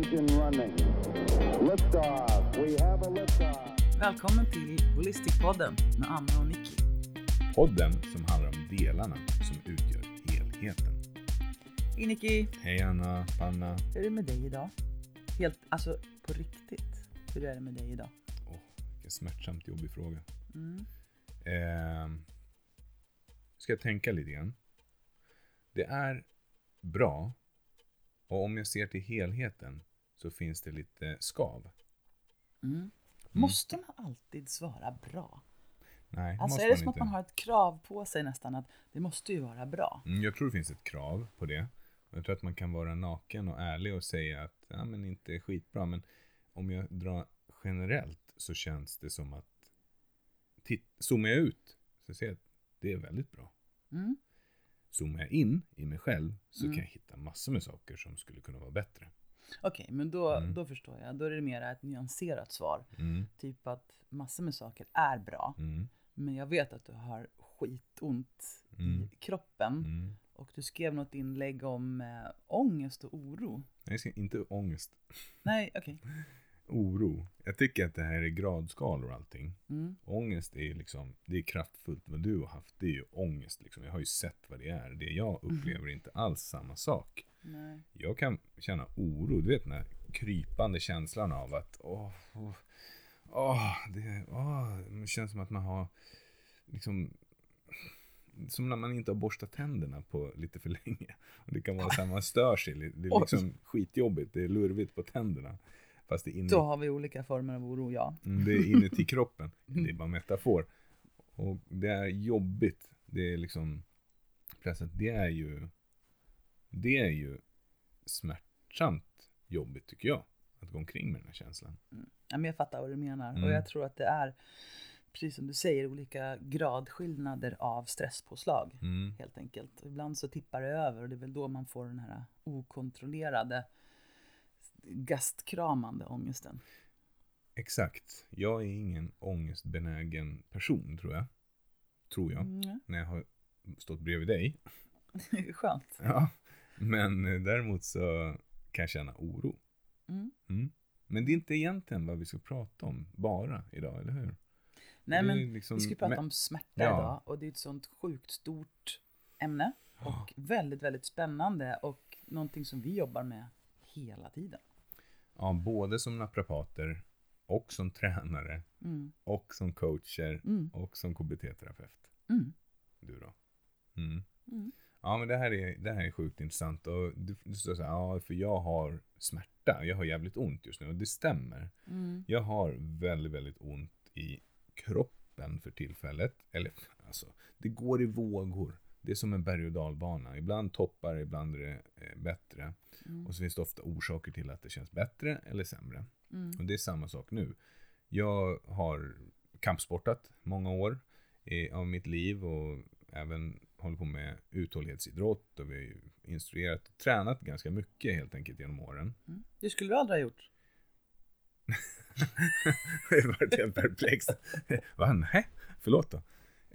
Ignition running. Liftoff. We have a liftoff. Välkommen till Holistic-podden med Anna och Nicky. Podden som handlar om delarna som utgör helheten. Hej Nicky. Hej Anna, Panna. Hur är det med dig idag? Alltså på riktigt. Hur är det med dig idag? Vilken smärtsamt jobbig fråga. Mm. Ska jag tänka lite grann. Det är bra. Och om jag ser till helheten så finns det lite skav. Måste man alltid svara bra? Nej, Alltså måste är det man som inte. att man har ett krav på sig nästan att det måste ju vara bra? Jag tror det finns ett krav på det. Jag tror att man kan vara naken och ärlig och säga att ja, men inte är skitbra. Men om jag drar generellt så känns det som att zoomar jag ut så ser jag att det är väldigt bra. Mm. Zoomar jag in i mig själv så kan jag hitta massor med saker som skulle kunna vara bättre. Okej, men då förstår jag. Då är det mer ett nyanserat svar. Typ att massor med saker är bra. Men jag vet att du har skitont i kroppen. Och du skrev något inlägg om ångest och oro. Nej, jag ska inte ångest. Nej, okej. Oro. Jag tycker att det här är gradskalor och allting. Ångest är liksom, det är kraftfullt. Vad du har haft, det är ju ångest liksom. Jag har ju sett vad det är. Det jag upplever är inte alls samma sak. Nej. Jag kan känna oro, du vet den här krypande känslan av att det känns som att man har liksom, som när man inte har borstat tänderna på lite för länge. Och det kan vara så här, man stör sig. Det är liksom skitjobbigt, det är lurvigt på tänderna. Fast det är Då har vi olika former av oro, ja. Det är inuti kroppen. Det är bara metafor. Och det är jobbigt. Det är liksom, det är ju smärtsamt jobbigt tycker jag. Att gå omkring med den här känslan. Ja, men jag fattar vad du menar. Och jag tror att det är, precis som du säger, olika gradskillnader av stresspåslag. Helt enkelt. Och ibland så tippar det över. Och det är väl då man får den här okontrollerade gastkramande ångesten. Exakt. Jag är ingen ångestbenägen person, tror jag. När jag har stått bredvid dig. Skönt. Ja. Men däremot så kan jag känna oro. Men det är inte egentligen vad vi ska prata om bara idag, eller hur? Nej, men liksom, vi ska prata om smärta idag. Och det är ett sånt sjukt stort ämne. Och väldigt, väldigt spännande. Och någonting som vi jobbar med hela tiden. Ja, både som naprapater och som tränare och som coacher och som KBT-terapeut. Du då? Ja, men det här är sjukt intressant. Och du står så här, ja, för jag har smärta. Jag har jävligt ont just nu. Och det stämmer. Jag har väldigt, väldigt ont i kroppen för tillfället. Eller, alltså, det går i vågor. Det är som en berg- och dalbana. Ibland toppar, ibland är det bättre. Och så finns det ofta orsaker till att det känns bättre eller sämre. Och det är samma sak nu. Jag har kampsportat många år av mitt liv och även håller på med uthållighetsidrott och vi har ju instruerat och tränat ganska mycket helt enkelt genom åren. Det skulle du aldrig ha gjort. Det var helt perplext. Va? Nej, förlåt då.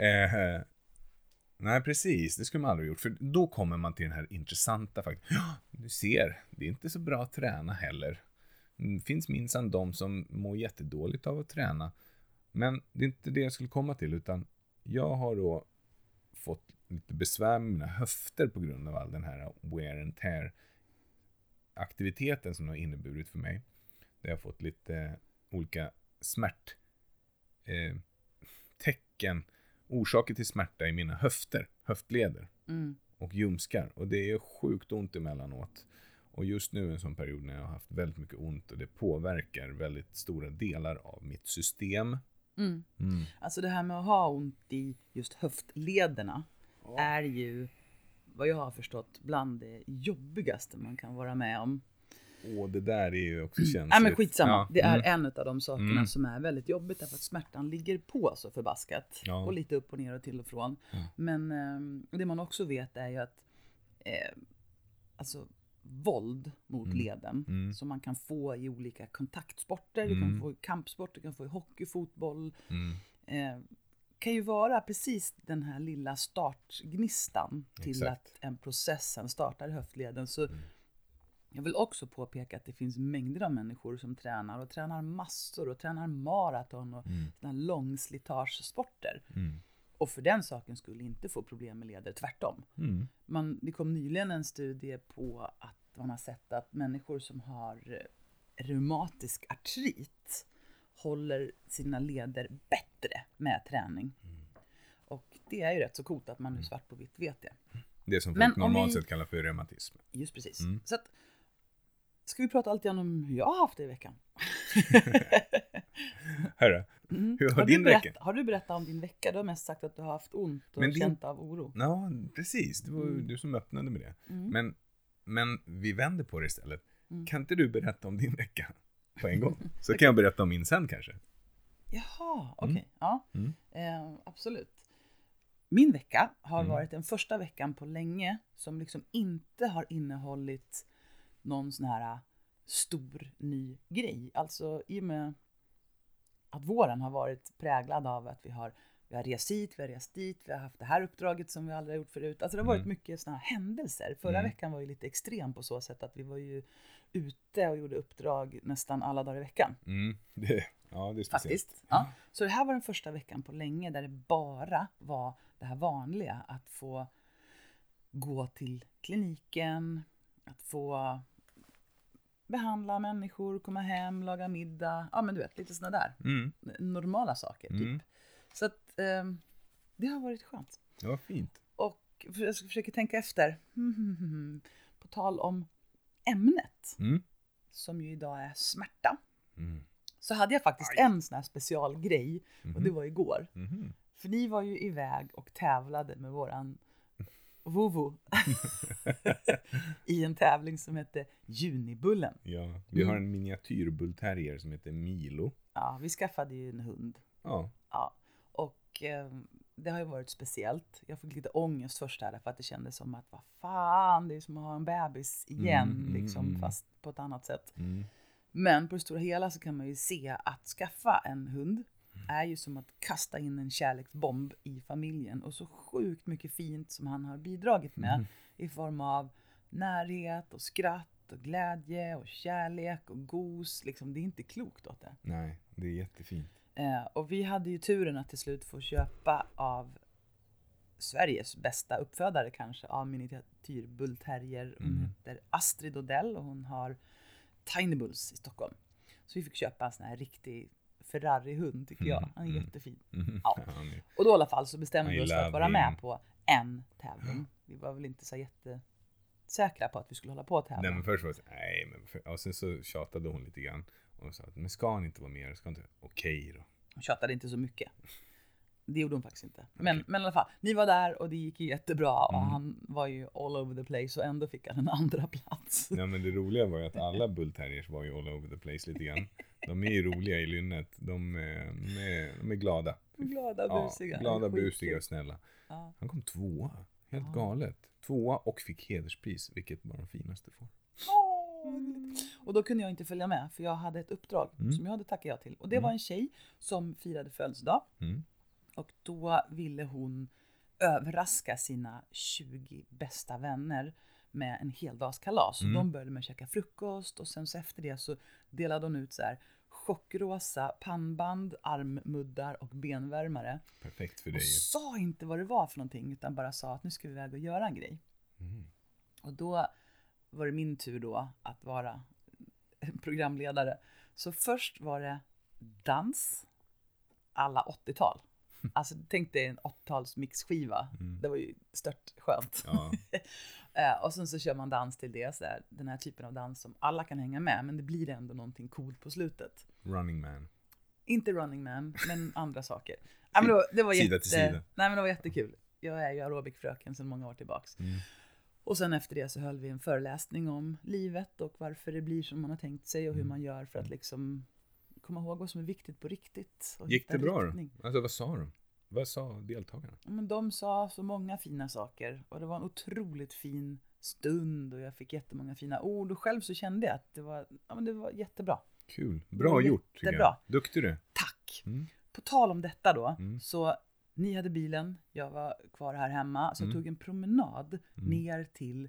Nej, precis. Det skulle man aldrig ha gjort. För då kommer man till den här intressanta faktiskt. Ja, du ser, det är inte så bra att träna heller. Det finns minsann de som mår jättedåligt av att träna. Men det är inte det jag skulle komma till. Utan jag har då fått lite besvär med mina höfter på grund av all den här wear and tear aktiviteten som har inneburit för mig. Där jag har fått lite olika tecken, orsaker till smärta i mina höftleder och ljumskar. Och det är sjukt ont emellanåt. Och just nu är en sån period när jag har haft väldigt mycket ont och det påverkar väldigt stora delar av mitt system. Alltså det här med att ha ont i just höftlederna är ju, vad jag har förstått, bland det jobbigaste man kan vara med om. Det där är ju också känsligt. Nej, men skitsamma. Ja. Det är en av de sakerna som är väldigt jobbigt därför att smärtan ligger på så förbaskat. Och lite upp och ner och till och från. Men det man också vet är ju att alltså våld mot leden som man kan få i olika kontaktsporter. Du kan få i kampsport, du kan få i hockey, fotboll. Kan ju vara precis den här lilla startgnistan till att en process startar i höftleden. Så Jag vill också påpeka att det finns mängder av människor som tränar och tränar massor och tränar maraton och såna långslitagesporter. Och för den saken skulle inte få problem med leder, tvärtom. Det kom nyligen en studie på att man har sett att människor som har reumatisk artrit håller sina leder bättre med träning. Och det är ju rätt så coolt att man nu svart på vitt vet det. Det som folk normalt sett kallar för reumatism. Just precis. Så att, ska vi prata lite om hur jag har haft det i veckan? Hörru, hur har din vecka? Har du berättat om din vecka? Du har mest sagt att du har haft ont och känt av oro. Ja, precis. Det var du som öppnade med det. Men vi vänder på det istället. Kan inte du berätta om din vecka på en gång? Så kan jag berätta om min sen kanske. Jaha, okej. Ja, absolut. Min vecka har varit den första veckan på länge som liksom inte har innehållit någon sån här stor ny grej. Alltså i och med att våren har varit präglad av att vi har rest hit, vi har rest dit, vi har haft det här uppdraget som vi aldrig har gjort förut. Alltså det har varit mycket såna här händelser. Förra veckan var ju lite extrem på så sätt att vi var ju ute och gjorde uppdrag nästan alla dagar i veckan. Det är speciellt. Faktiskt. Ja. Så det här var den första veckan på länge där det bara var det här vanliga. Att få gå till kliniken, att få behandla människor, komma hem, laga middag. Ja, men du vet, lite såna där normala saker typ. Så att det har varit skönt. Det var fint. Och jag ska försöka tänka efter. På tal om ämnet, som ju idag är smärta. Så hade jag faktiskt en sån här specialgrej, och det var igår. För ni var ju iväg och tävlade med våran Vovo i en tävling som heter Junibullen. Ja, vi har en miniatyrbullterrier som heter Milo. Ja, vi skaffade ju en hund. Ja. Och det har ju varit speciellt. Jag fick lite ångest först här för att det kändes som att vad fan, det är som att ha en bebis igen liksom, fast på ett annat sätt. Men på det stora hela så kan man ju se att skaffa en hund är ju som att kasta in en kärleksbomb i familjen. Och så sjukt mycket fint som han har bidragit med i form av närhet och skratt och glädje och kärlek och gos. Liksom, det är inte klokt åt det. Nej, det är jättefint. Och vi hade ju turen att till slut få köpa av Sveriges bästa uppfödare kanske av miniatyrbullterrier. Hon heter Astrid Odell och hon har Tiny Bulls i Stockholm. Så vi fick köpa en sån här riktig Ferrari-hund tycker jag. Han är jättefin. Ja. Och då i alla fall så bestämde vi oss för att vara med på en tävling. Vi var väl inte så jättesäkra på att vi skulle hålla på att tävla. Nej, men först var det och sen så tjatade hon lite grann och sa att men ska han inte vara med? Ska inte? Okej då. Hon tjatade inte så mycket. Det gjorde hon faktiskt inte. Men i alla fall, ni var där och det gick ju jättebra och han var ju all over the place och ändå fick han en andra plats. Ja, men det roliga var ju att alla bullterriers var ju all over the place lite grann. De är ju roliga i lynnet. De är glada. Glada, busiga. Ja, glada, busiga och snälla. Ja. Han kom 2. Helt galet. 2 och fick hederspris, vilket var de finaste får. Och då kunde jag inte följa med för jag hade ett uppdrag som jag hade tackat ja till. Och det var en tjej som firade födelsedag. Och då ville hon överraska sina 20 bästa vänner med en heldagskalas. Så de började med att käka frukost och sen så efter det så delade hon ut så här chockrosa pannband, armmuddar och benvärmare. Perfekt för dig. Och sa inte vad det var för någonting utan bara sa att nu ska vi iväg och göra en grej. Och då var det min tur då att vara programledare. Så först var det dans alla 80-tal. Alltså tänk dig en 80-tals mixskiva. Det var ju stört skönt. Ja. Och sen så kör man dans till det. Så här, den här typen av dans som alla kan hänga med. Men det blir ändå någonting coolt på slutet. Running Man. Inte Running Man, men andra saker. Ja, men det var sida till sida. Nej, men det var jättekul. Jag är ju aerobikfröken sedan många år tillbaks. Och sen efter det så höll vi en föreläsning om livet. Och varför det blir som man har tänkt sig. Och hur man gör för att liksom komma ihåg vad som är viktigt på riktigt. Och gick det bra då? Alltså vad sa de? Vad sa deltagarna? Men de sa så många fina saker. Och det var en otroligt fin stund. Och jag fick jättemånga fina ord. Och själv så kände jag att det var jättebra. Kul. Bra gjort. Jättebra. Duktig du. Tack. På tal om detta då. Så ni hade bilen. Jag var kvar här hemma. Så jag tog en promenad ner till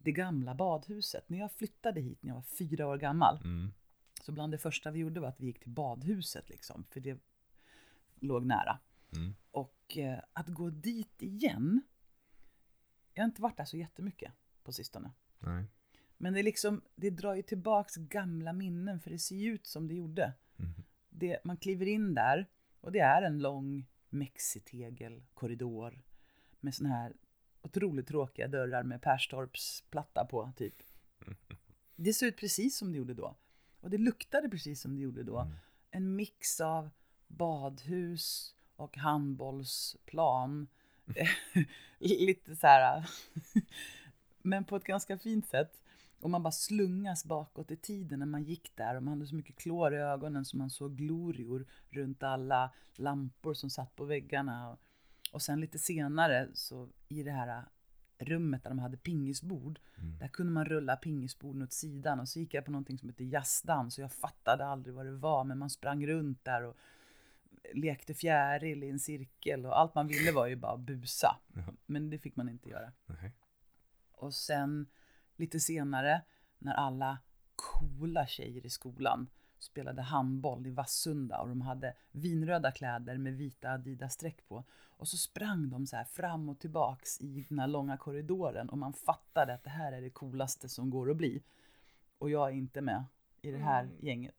det gamla badhuset. När jag flyttade hit när jag var 4 år gammal. Så bland det första vi gjorde var att vi gick till badhuset liksom. För det låg nära. Och att gå dit igen. Jag har inte varit där så jättemycket på sistone. Nej. Men det är liksom, det drar ju tillbaks gamla minnen. För det ser ju ut som det gjorde. Man kliver in där. Och det är en lång mexitegelkorridor. Med såna här otroligt tråkiga dörrar med Perstorps platta på typ. Det ser ut precis som det gjorde då. Och det luktade precis som det gjorde då. En mix av badhus och handbollsplan. Lite så här. Men på ett ganska fint sätt. Och man bara slungas bakåt i tiden när man gick där. Och man hade så mycket klor i ögonen så man såg glorior runt alla lampor som satt på väggarna. Och sen lite senare så i det här rummet där de hade pingisbord. Där kunde man rulla pingisborden åt sidan. Och så gick jag på någonting som heter jazzdans. Och jag fattade aldrig vad det var. Men man sprang runt där och lekte fjäril i en cirkel. Och allt man ville var ju bara busa. Men det fick man inte göra. Och sen lite senare när alla coola tjejer i skolan spelade handboll i Vassunda och de hade vinröda kläder med vita Adidas-streck på. Och så sprang de så här fram och tillbaks i den här långa korridoren och man fattade att det här är det coolaste som går att bli. Och jag är inte med i det här gänget.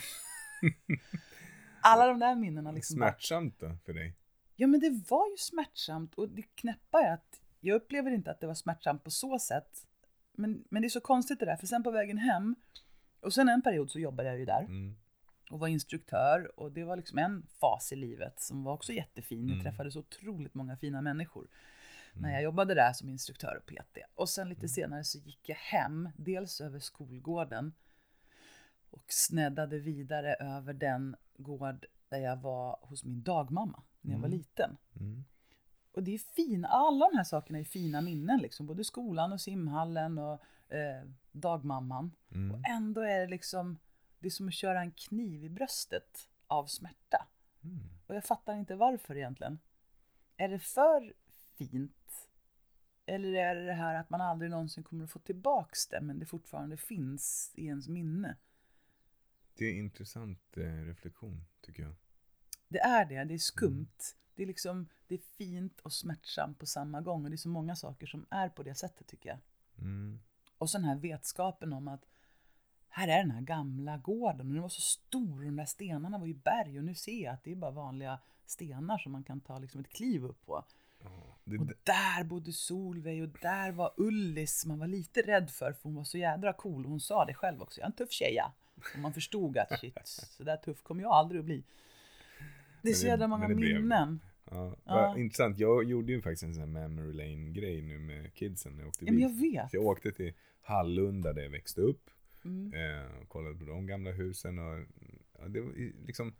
Alla de där minnena liksom. Smärtsamt då för dig? Ja, men det var ju smärtsamt och det knäppa är att jag upplever inte att det var smärtsamt på så sätt. Men det är så konstigt det där, för sen på vägen hem och sen en period så jobbade jag ju där och var instruktör och det var liksom en fas i livet som var också jättefin. Jag träffade så otroligt många fina människor när jag jobbade där som instruktör och PT. Och sen lite senare så gick jag hem, dels över skolgården och snäddade vidare över den gård där jag var hos min dagmamma när jag var liten. Och det är fint, alla de här sakerna är fina minnen liksom, både skolan och simhallen och dagmamman. Och ändå är det liksom, det är som att köra en kniv i bröstet av smärta. Och jag fattar inte varför egentligen. Är det för fint? Eller är det här att man aldrig någonsin kommer att få tillbaks det, men det fortfarande finns i ens minne? Det är en intressant reflektion tycker jag. Det är skumt. Det är liksom, det är fint och smärtsamt på samma gång. Och det är så många saker som är på det sättet tycker jag. Och så den här vetskapen om att här är den här gamla gården. Och den var så stor och de där stenarna var ju berg. Och nu ser jag att det är bara vanliga stenar som man kan ta liksom ett kliv upp på. Och där bodde Solveig och där var Ullis. Man var lite rädd för hon var så jädra cool. Hon sa det själv också. Jag är en tuff tjeja. Och man förstod att shit, så där tuff kommer jag aldrig att bli. Det är så jävla många minnen. Ja. Intressant. Jag gjorde ju faktiskt en sån här memory lane-grej nu med kidsen när jag åkte bil. Men jag vet. Så jag åkte till Hallunda där jag växte upp. Kollade på de gamla husen. Och det var liksom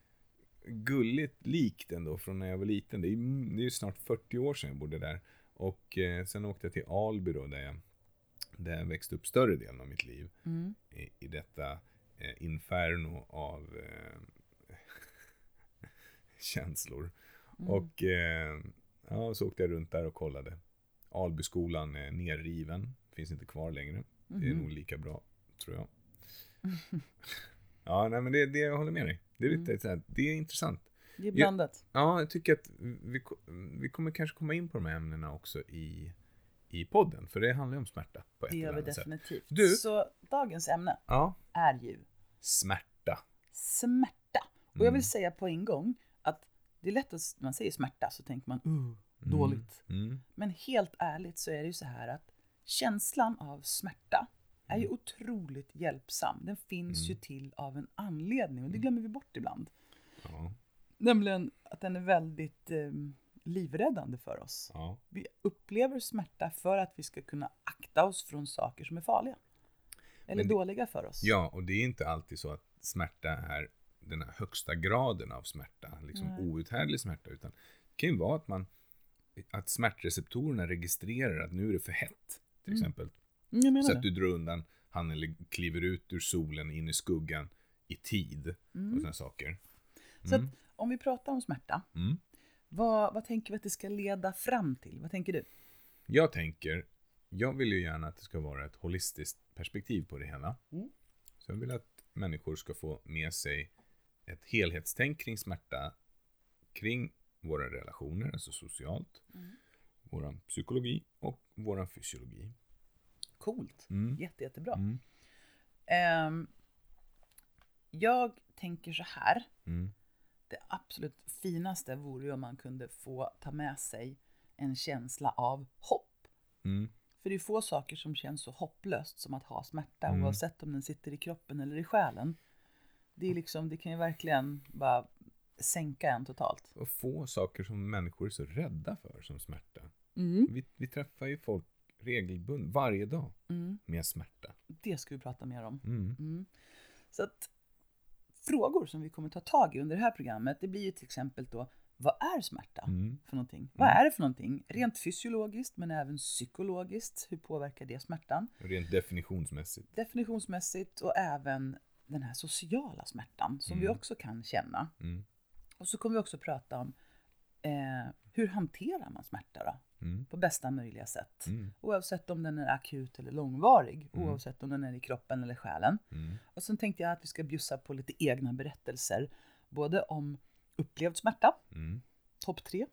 gulligt likt ändå från när jag var liten. Det är ju snart 40 år sedan jag bodde där. Och sen åkte jag till Alby då, där jag växte upp större delen av mitt liv. I detta inferno av känslor. Och så åkte jag runt där och kollade. Albyskolan är nerriven. Finns inte kvar längre. Det är nog lika bra, tror jag. Ja, nej, men det jag håller med dig. Det är lite så här, det är intressant. Det är blandat. Jag tycker att vi kommer kanske komma in på de här ämnena också i podden. För det handlar ju om smärta på ett eller annat sätt. Det gör vi definitivt. Så dagens ämne är ju smärta. Och jag vill säga på en gång att det är lätt att när man säger smärta så tänker man dåligt. Men helt ärligt så är det ju så här att känslan av smärta är ju otroligt hjälpsam. Den finns ju till av en anledning och det glömmer vi bort ibland. Nämligen att den är väldigt livräddande för oss. Vi upplever smärta för att vi ska kunna akta oss från saker som är farliga. Eller dåliga för oss. Ja, och det är inte alltid så att smärta är den här högsta graden av smärta. Liksom outhärdlig smärta. Utan det kan ju vara att smärtreceptorerna registrerar att nu är det för hett. Till exempel. Så att du drar undan handen eller kliver ut ur solen in i skuggan i tid. Och sådana saker. Så att om vi pratar om smärta. Vad tänker vi att det ska leda fram till? Vad tänker du? Jag tänker jag vill ju gärna att det ska vara ett holistiskt perspektiv på det hela. Så jag vill att människor ska få med sig ett helhetstänk kring smärta, kring våra relationer, alltså socialt, vår psykologi och vår fysiologi. Coolt. Jättebra. Jag tänker så här. Det absolut finaste vore ju om man kunde få ta med sig en känsla av hopp. För det är få saker som känns så hopplöst som att ha smärta, oavsett om den sitter i kroppen eller i själen. Det är liksom, det kan ju verkligen bara sänka en totalt. Och få saker som människor är så rädda för som smärta. Vi träffar ju folk regelbundet varje dag med smärta. Det ska vi prata mer om. Så att frågor som vi kommer ta tag i under det här programmet, det blir ju till exempel då, vad är smärta för någonting? Vad är det för någonting? Rent fysiologiskt men även psykologiskt. Hur påverkar det smärtan? Rent definitionsmässigt. Definitionsmässigt och även den här sociala smärtan som vi också kan känna. Och så kommer vi också prata om hur hanterar man smärta då? På bästa möjliga sätt. Oavsett om den är akut eller långvarig. Oavsett om den är i kroppen eller själen. Och sen tänkte jag att vi ska bjussa på lite egna berättelser. Både om upplevd smärta. Topp 3.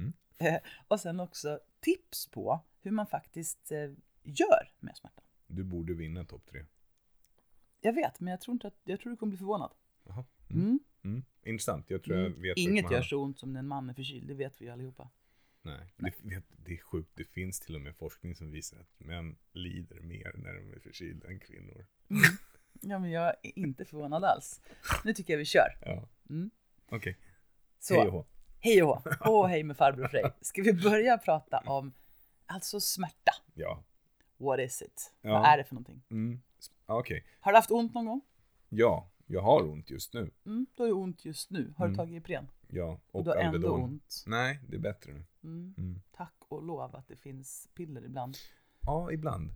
Och sen också tips på hur man faktiskt gör med smärtan. Du borde vinna topp 3. Jag vet, men jag tror du kommer bli förvånad. Jaha. Intressant, jag tror jag vet. Inget gör så ont som när en man är förkyld, det vet vi allihopa. Nej. Det är sjukt. Det finns till och med forskning som visar att män lider mer när de är förkylda än kvinnor. Ja, men jag är inte förvånad alls. Nu tycker jag vi kör. Ja. Okej. Så, hej och hå. Hej och hå. Och hej med farbror Frej. Ska vi börja prata om alltså smärta? Ja. What is it? Ja. Vad är det för någonting? Okej. Har du haft ont någon gång? Ja, jag har ont just nu. Du har ju ont just nu. Har du tagit Ipren? Ja, och du har Alvedon. ändå ont? Nej, det är bättre nu. Tack och lov att det finns piller ibland. Ja, ibland.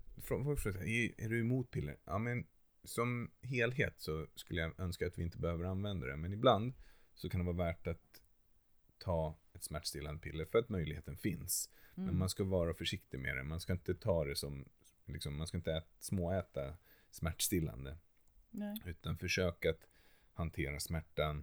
Är du emot piller? Ja, men som helhet så skulle jag önska att vi inte behöver använda det. Men ibland så kan det vara värt att ta ett smärtstillande piller för att möjligheten finns. Men man ska vara försiktig med det. Man ska inte ta det som, liksom, man ska inte småäta smärtstillande. Nej. Utan försök att hantera smärtan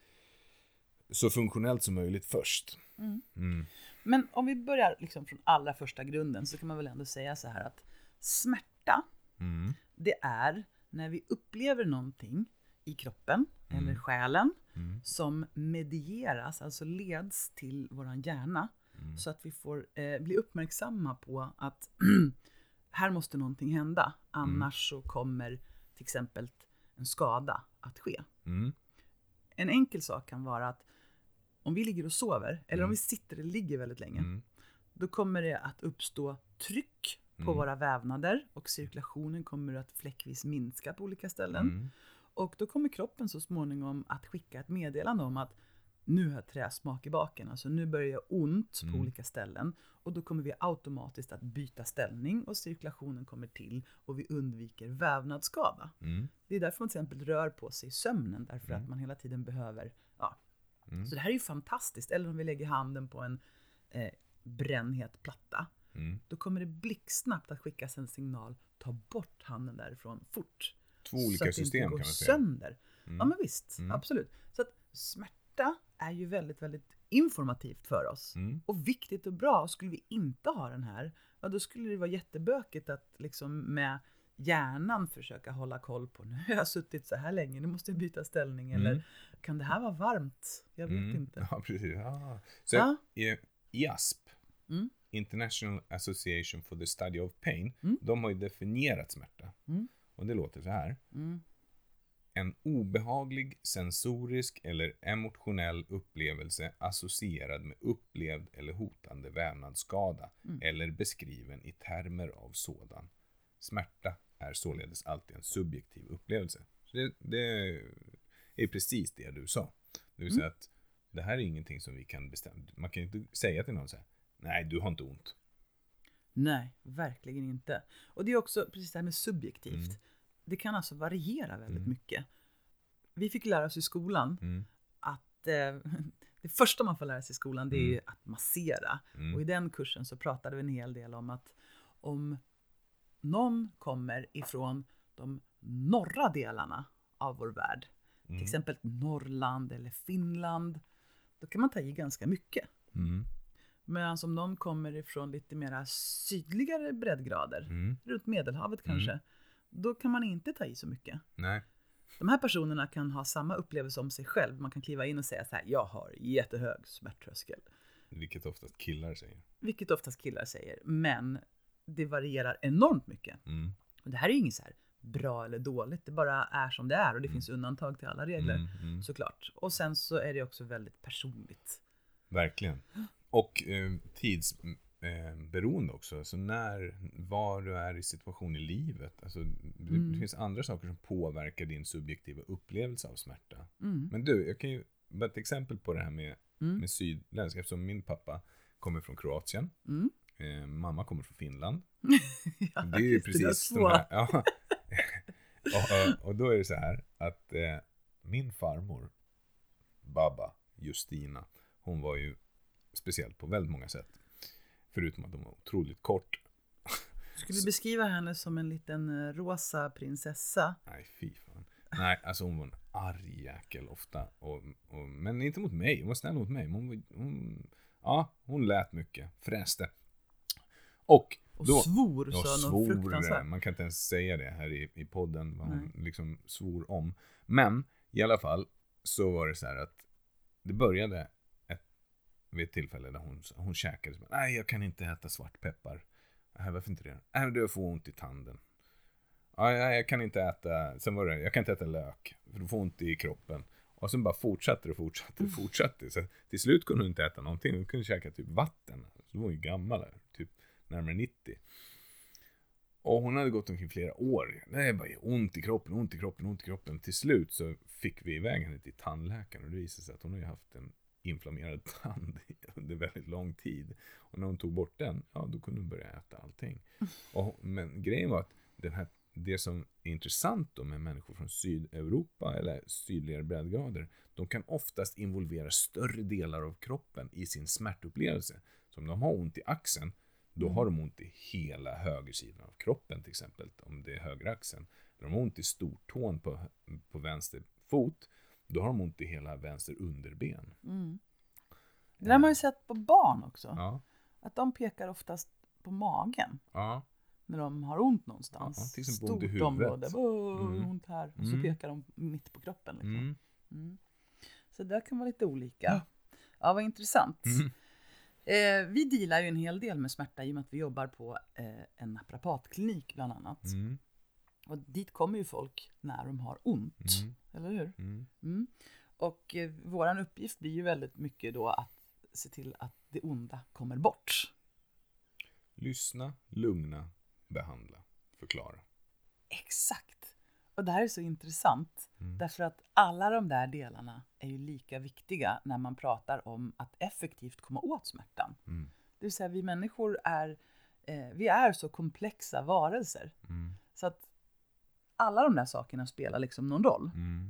så funktionellt som möjligt först. Men om vi börjar liksom från allra första grunden så kan man väl ändå säga så här att smärta, det är när vi upplever någonting i kroppen eller själen som medieras, alltså leds till våran hjärna så att vi får bli uppmärksamma på att här måste någonting hända, annars så kommer till exempel en skada att ske. En enkel sak kan vara att om vi ligger och sover, eller om vi sitter eller ligger väldigt länge, då kommer det att uppstå tryck på våra vävnader och cirkulationen kommer att fläckvis minska på olika ställen. Och då kommer kroppen så småningom att skicka ett meddelande om att nu har jag träsmak i baken, alltså nu börjar jag ont på olika ställen. Och då kommer vi automatiskt att byta ställning och cirkulationen kommer till och vi undviker vävnadsskada. Det är därför man till exempel rör på sig i sömnen, därför att man hela tiden behöver, Så det här är ju fantastiskt. Eller om vi lägger handen på en brännhet platta. Då kommer det blixtsnabbt att skickas en signal, ta bort handen därifrån fort. 2 olika system kan man säga. Sönder. Ja men visst, absolut. Så att smärta är ju väldigt, väldigt informativt för oss. Och viktigt och bra. Och skulle vi inte ha den här, då skulle det vara jättebökigt att liksom med hjärnan försöka hålla koll på, nu har jag suttit så här länge, nu måste jag byta ställning. Eller kan det här vara varmt? Jag vet inte. Ja, precis. Så i ASP, International Association for the Study of Pain, de har ju definierat smärta. Och det låter så här. En obehaglig sensorisk eller emotionell upplevelse associerad med upplevd eller hotande vävnadsskada eller beskriven i termer av sådan. Smärta är således alltid en subjektiv upplevelse. Så det är precis det du sa. Det vill säga att det här är ingenting som vi kan bestämma. Man kan inte säga till någon så här: nej, du har inte ont. Nej, verkligen inte. Och det är också precis det här med subjektivt. Det kan alltså variera väldigt mycket. Vi fick lära oss i skolan att det första man får lära sig i skolan, det är ju att massera. Och i den kursen så pratade vi en hel del om att om någon kommer ifrån de norra delarna av vår värld, till exempel Norrland eller Finland, då kan man ta i ganska mycket. Medan om någon kommer ifrån lite mera sydligare breddgrader, runt Medelhavet kanske, då kan man inte ta i så mycket. Nej. De här personerna kan ha samma upplevelse om sig själv. Man kan kliva in och säga så här: jag har jättehög smärttröskel. Vilket oftast killar säger. Men det varierar enormt mycket. Och det här är ju inget så här bra eller dåligt. Det bara är som det är. Och det finns undantag till alla regler, såklart. Och sen så är det också väldigt personligt. Verkligen. Och tidsberoende också. Så var du är i situation i livet. Alltså, det finns andra saker som påverkar din subjektiva upplevelse av smärta. Men du, jag kan ju bara ett exempel på det här med sydländska. Eftersom min pappa kommer från Kroatien. Mamma kommer från Finland. Ja, det är ju precis de här. Ja. Och då är det så här att min farmor, Baba Justina, hon var ju speciell på väldigt många sätt. Förutom att hon var otroligt kort. Skulle du beskriva henne som en liten rosa prinsessa? Nej, fy fan. Nej, alltså hon var en arg jäkel ofta. Men inte mot mig, hon var snäll mot mig. Hon lät mycket, fräste. Och svor så något fruktansvärt. Man kan inte ens säga det här i podden vad hon liksom svor om. Men i alla fall så var det så här att det började vid ett tillfälle där hon käkade. Nej, jag kan inte äta svartpeppar. Varför inte det? Du får ont i tanden. Jag kan inte äta. Sen var det, jag kan inte äta lök. För du får ont i kroppen. Och sen bara fortsatte. Så till slut kunde hon inte äta någonting. Hon kunde käka typ vatten. Så hon var ju gammal där. Typ närmare 90. Och hon hade gått omkring flera år. Det är bara ont i kroppen. Till slut så fick vi iväg henne till tandläkaren. Och det visade sig att hon har ju haft en inflammerad tand under väldigt lång tid. Och när hon tog bort den, då kunde hon börja äta allting. Men grejen var att det som är intressant då med människor från Sydeuropa eller sydligare breddgrader, de kan oftast involvera större delar av kroppen i sin smärtupplevelse. Så om de har ont i axeln, då har de ont i hela högersidan av kroppen till exempel, om det är högra axeln. Om de har ont i stortån på vänster fot, då har de ont i hela vänster underben. Det där har man ju sett på barn också. Ja. Att de pekar oftast på magen. Ja. När de har ont någonstans. Ja, till exempel ont i huvudet. Område. Ont här. Och så pekar de mitt på kroppen. Liksom. Så där kan vara lite olika. Ja, vad intressant. Vi dealar ju en hel del med smärta i och med att vi jobbar på en naprapatklinik bland annat. Och dit kommer ju folk när de har ont. Eller hur? Och våran uppgift blir ju väldigt mycket då att se till att det onda kommer bort. Lyssna, lugna, behandla, förklara. Exakt. Och det här är så intressant. Därför att alla de där delarna är ju lika viktiga när man pratar om att effektivt komma åt smärtan. Det vill säga vi människor vi är så komplexa varelser. Så att alla de där sakerna spelar liksom någon roll.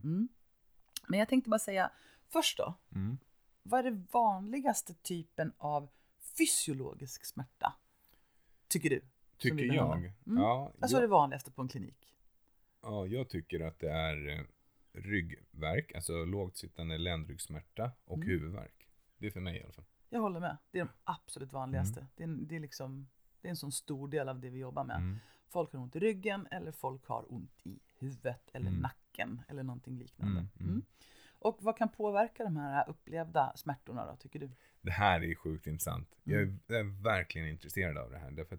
Men jag tänkte bara säga först då. Vad är det vanligaste typen av fysiologisk smärta? Tycker du? Tycker jag? Ja. Alltså det vanligaste på en klinik. Ja, jag tycker att det är ryggvärk, alltså lågt sittande ländryggsmärta och huvudvärk. Det är för mig i alla fall. Jag håller med. Det är de absolut vanligaste. Det är en sån stor del av det vi jobbar med. Folk har ont i ryggen eller folk har ont i huvudet eller nacken eller någonting liknande. Och vad kan påverka de här upplevda smärtorna då, tycker du? Det här är sjukt intressant. Jag är verkligen intresserad av det här. Därför att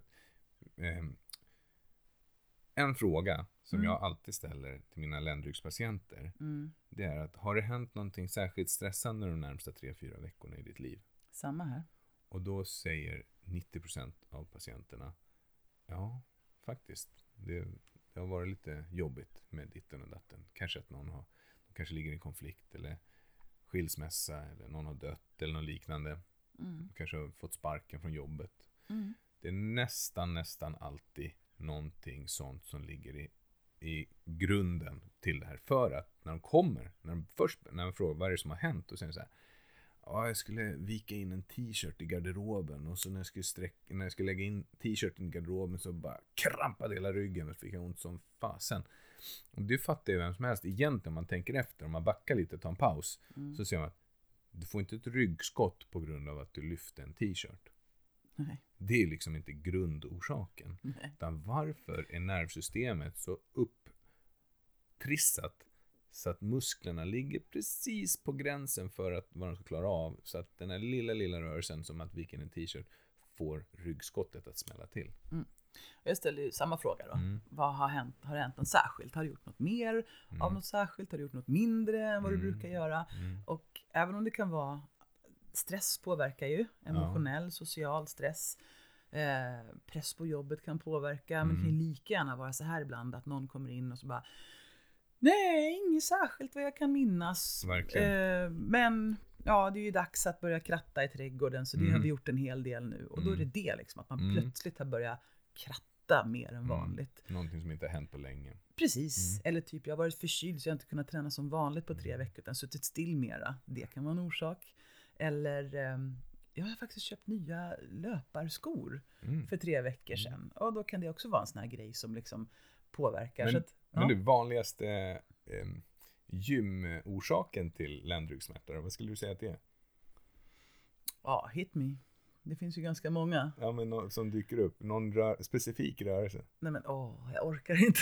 en fråga som jag alltid ställer till mina ländryggspatienter, det är att har det hänt någonting särskilt stressande de närmsta 3-4 veckorna i ditt liv? Samma här. Och då säger 90% av patienterna, ja, faktiskt. Det har varit lite jobbigt med ditten och datten. Kanske att någon kanske ligger i en konflikt eller skilsmässa eller någon har dött eller något liknande. Kanske har fått sparken från jobbet. Det är nästan alltid någonting sånt som ligger i grunden till det här. För att när de kommer, när de frågar vad är det som har hänt, och säger så här, jag skulle vika in en t-shirt i garderoben och så när jag skulle lägga in t-shirten i garderoben så bara krampade hela ryggen och fick jag ont som fasen. Och det fattar ju vem som helst. Egentligen om man tänker efter, om man backar lite och tar en paus, så ser man att du får inte ett ryggskott på grund av att du lyfter en t-shirt. Nej. Det är liksom inte grundorsaken. Nej. Utan varför är nervsystemet så upptrissat så att musklerna ligger precis på gränsen för att vad de ska klara av. Så att den här lilla rörelsen som att vika in en t-shirt får ryggskottet att smälla till. Jag ställer ju samma fråga då. Vad har hänt? Har det hänt något särskilt? Har du gjort något mer av något särskilt? Har du gjort något mindre än vad du brukar göra? Och även om det kan vara stress påverkar ju. Emotionell, social stress. Press på jobbet kan påverka. Men det kan ju lika gärna vara så här ibland att någon kommer in och så bara nej, inget särskilt vad jag kan minnas. Men ja, det är ju dags att börja kratta i trädgården. Så det har vi gjort en hel del nu. Och då är det liksom att man plötsligt har börjat kratta mer än vanligt. Någonting som inte har hänt på länge. Precis, eller typ jag har varit förkyld så jag har inte kunnat träna som vanligt på 3 veckor utan suttit still mera. Det kan vara en orsak. Eller jag har faktiskt köpt nya löparskor för 3 veckor sedan. Och då kan det också vara en sån här grej som liksom påverkar. Men det vanligaste gymorsaken till ländryggsmärtor, vad skulle du säga att det är? Ja, hit me. Det finns ju ganska många. Ja, men som dyker upp. Någon specifik rörelse. Nej men, jag orkar inte.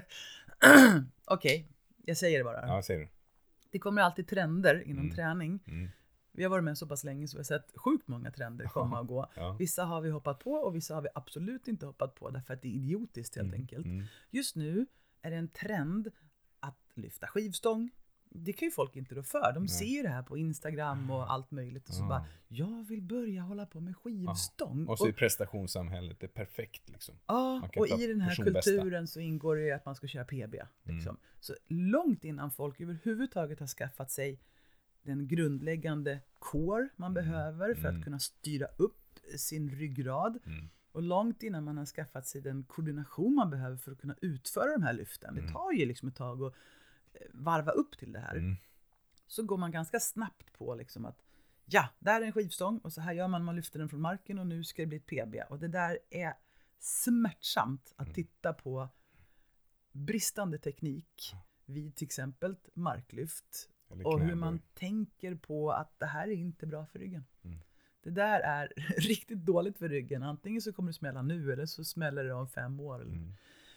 Okej, jag säger det bara. Ja, säger du. Det kommer alltid trender inom träning. Vi har varit med så pass länge så vi har sett sjukt många trender komma och gå. Ja. Vissa har vi hoppat på och vissa har vi absolut inte hoppat på därför att det är idiotiskt helt enkelt. Just nu är det en trend att lyfta skivstång. Det kan ju folk inte rå för. De ser ju det här på Instagram och allt möjligt. Och så bara, jag vill börja hålla på med skivstång. Och så är prestationssamhället, det är perfekt liksom. Ja, och i den här kulturen så ingår det ju att man ska köra PB. Liksom. Så långt innan folk överhuvudtaget har skaffat sig den grundläggande core man behöver för att kunna styra upp sin ryggrad. Och långt innan man har skaffat sig den koordination man behöver för att kunna utföra de här lyften. Det tar ju liksom ett tag att varva upp till det här. Så går man ganska snabbt på liksom att där är en skivstång och så här gör man lyfter den från marken och nu ska det bli ett PB. Och det där är smärtsamt att titta på bristande teknik vid till exempel marklyft. Och hur man tänker på att det här är inte bra för ryggen. Det där är riktigt dåligt för ryggen. Antingen så kommer det smälla nu eller så smäller det om 5 år. Eller...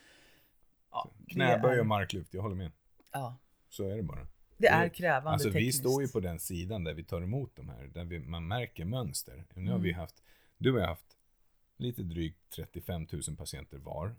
Ja, knäböj och marklyft, jag håller med. Ja. Så är det bara. Det är krävande alltså, tekniskt. Vi står ju på den sidan där vi tar emot de här. Där man märker mönster. Nu har vi haft, du har haft lite drygt 35 000 patienter var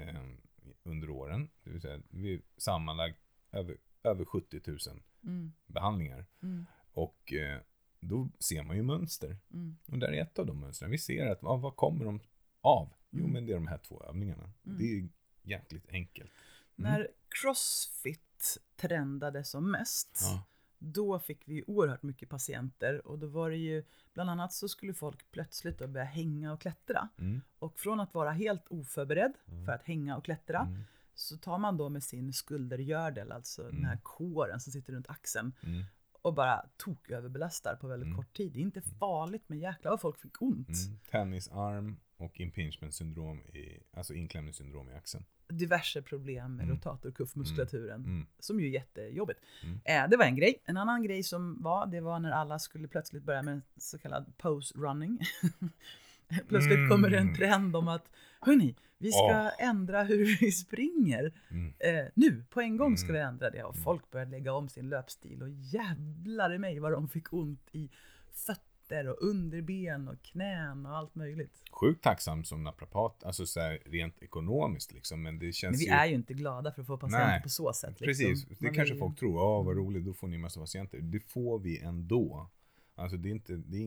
under åren. Det vill säga vi sammanlagt över 70 000 behandlingar. Och då ser man ju mönster. Och där är ett av de mönstren. Vi ser att vad kommer de av? Jo, men det är de här 2 övningarna. Det är jäkligt enkelt. När CrossFit trendade som mest, då fick vi oerhört mycket patienter. Och då var det ju, bland annat så skulle folk plötsligt då börja hänga och klättra. Och från att vara helt oförberedd för att hänga och klättra, så tar man då med sin skuldergördel, alltså den här kåren som sitter runt axeln, och bara överbelastar på väldigt kort tid. Det är inte farligt, men jäklar vad folk fick ont. Tennisarm och impingement syndrom, alltså inklämningssyndrom i axeln. Diverse problem med rotatorkuffmuskulaturen som ju är jättejobbigt. Det var en grej. En annan grej som det var när alla skulle plötsligt börja med så kallad pose running. Plötsligt kommer det en trend om att hörni, vi ska ändra hur vi springer. Nu, på en gång ska vi ändra det. Och folk började lägga om sin löpstil. Och jävlar i mig vad de fick ont i fötter och underben och knän och allt möjligt. Sjukt tacksam som naprapat, alltså så här, rent ekonomiskt liksom. Men det känns vi är ju inte glada för att få patienter på så sätt. Liksom. Precis, det kanske folk tror, vad roligt, då får ni massa patienter. Det får vi ändå. Alltså det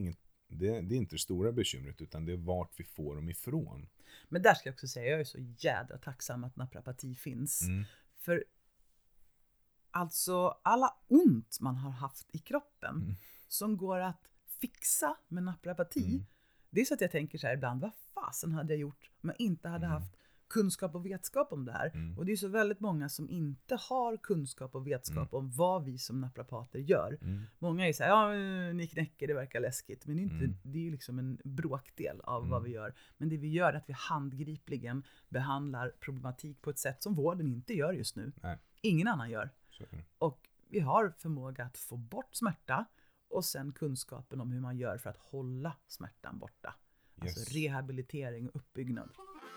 är inte det stora bekymret, utan det är vart vi får dem ifrån. Men där ska jag också säga, jag är så jädra tacksam att naprapati finns. För alltså alla ont man har haft i kroppen som går att fixa med naprapati. Det är så att jag tänker så här ibland, vad fasen hade jag gjort om jag inte hade haft kunskap och vetskap om det här. Och det är så väldigt många som inte har kunskap och vetskap om vad vi som naprapater gör. Många är så här, ni knäcker, det verkar läskigt. Men det är ju liksom en bråkdel av vad vi gör. Men det vi gör är att vi handgripligen behandlar problematik på ett sätt som vården inte gör just nu. Nej. Ingen annan gör. Och vi har förmåga att få bort smärta och sen kunskapen om hur man gör för att hålla smärtan borta. Alltså rehabilitering och uppbyggnad.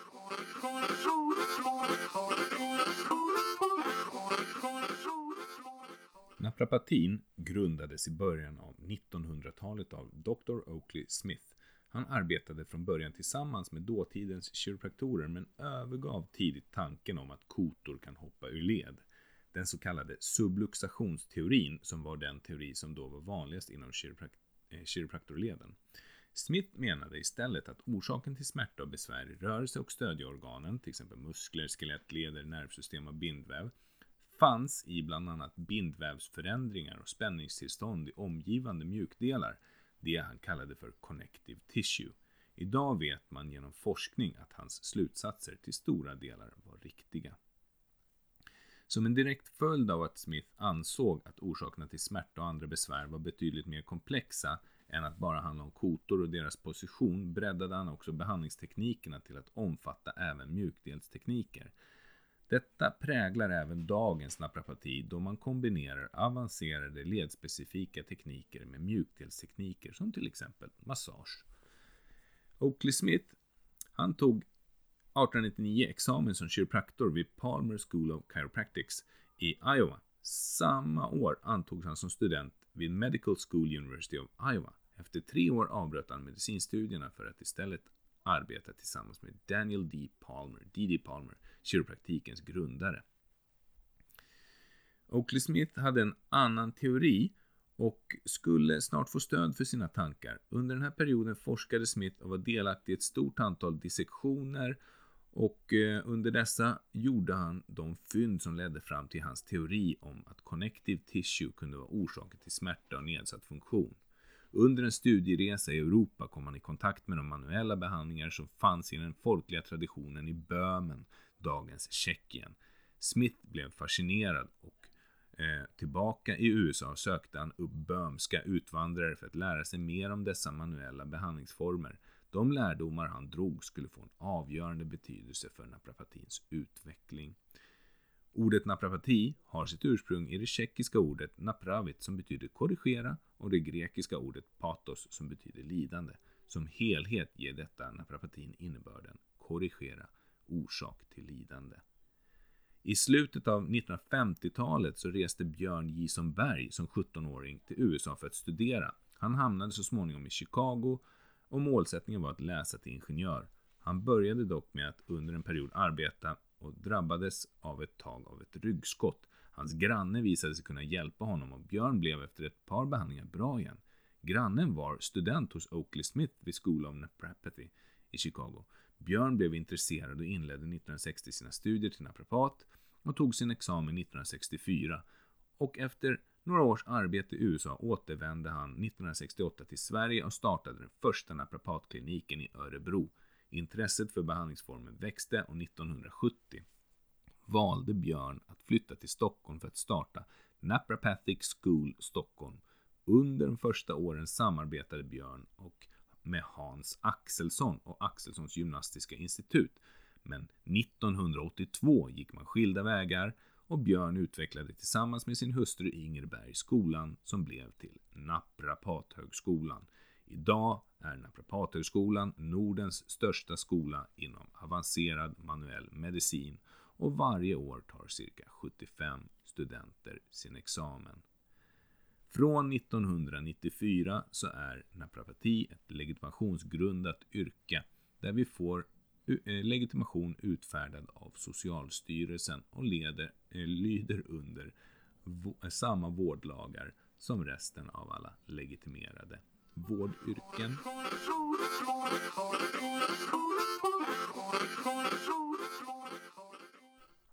Naprapatin grundades i början av 1900-talet av Dr. Oakley Smith. Han arbetade från början tillsammans med dåtidens kiropraktorer men övergav tidigt tanken om att kotor kan hoppa ur led. Den så kallade subluxationsteorin, som var den teori som då var vanligast inom kiropraktorleden. Smith menade istället att orsaken till smärta och besvär i rörelse och stödjeorganen, till exempel muskler, skelett, leder, nervsystem och bindväv, fanns i bland annat bindvävsförändringar och spänningstillstånd i omgivande mjukdelar, det han kallade för connective tissue. Idag vet man genom forskning att hans slutsatser till stora delar var riktiga. Som en direkt följd av att Smith ansåg att orsakerna till smärta och andra besvär var betydligt mer komplexa än att bara handla om kotor och deras position, breddade han också behandlingsteknikerna till att omfatta även mjukdelstekniker. Detta präglar även dagens naprapati då man kombinerar avancerade ledspecifika tekniker med mjukdelstekniker som till exempel massage. Oakley Smith, han tog 1899 examen som kiropraktor vid Palmer School of Chiropractics i Iowa. Samma år antogs han som student vid Medical School University of Iowa. Efter 3 år avbröt han medicinstudierna för att istället arbeta tillsammans med Daniel D. Palmer, kiropraktikens grundare. Oakley Smith hade en annan teori och skulle snart få stöd för sina tankar. Under den här perioden forskade Smith och var delaktig i ett stort antal dissektioner, och under dessa gjorde han de fynd som ledde fram till hans teori om att connective tissue kunde vara orsaken till smärta och nedsatt funktion. Under en studieresa i Europa kom han i kontakt med de manuella behandlingar som fanns i den folkliga traditionen i Böhmen, dagens Tjeckien. Smith blev fascinerad och tillbaka i USA sökte han upp böhmska utvandrare för att lära sig mer om dessa manuella behandlingsformer. De lärdomar han drog skulle få en avgörande betydelse för naprapatins utveckling. Ordet naprapati har sitt ursprung i det tjeckiska ordet napravit som betyder korrigera och det grekiska ordet patos som betyder lidande. Som helhet ger detta naprapatin innebörden korrigera, orsak till lidande. I slutet av 1950-talet så reste Björn Jison Berg som 17-åring till USA för att studera. Han hamnade så småningom i Chicago och målsättningen var att läsa till ingenjör. Han började dock med att under en period arbeta och drabbades av ett ryggskott. Hans granne visade sig kunna hjälpa honom och Björn blev efter ett par behandlingar bra igen. Grannen var student hos Oakley Smith vid School of Naprapathy i Chicago. Björn blev intresserad och inledde 1960 sina studier till naprapat och tog sin examen 1964. Och efter några års arbete i USA återvände han 1968 till Sverige och startade den första naprapatkliniken i Örebro. Intresset för behandlingsformen växte och 1970 valde Björn att flytta till Stockholm för att starta Naprapathic School Stockholm. Under de första åren samarbetade Björn med Hans Axelsson och Axelssons gymnastiska institut. Men 1982 gick man skilda vägar och Björn utvecklade tillsammans med sin hustru Inger Berg skolan som blev till Naprapathögskolan. Idag är Naprapathögskolan Nordens största skola inom avancerad manuell medicin och varje år tar cirka 75 studenter sin examen. Från 1994 så är naprapati ett legitimationsgrundat yrke där vi får legitimation utfärdad av Socialstyrelsen och lyder under samma vårdlagar som resten av alla legitimerade vårdyrken.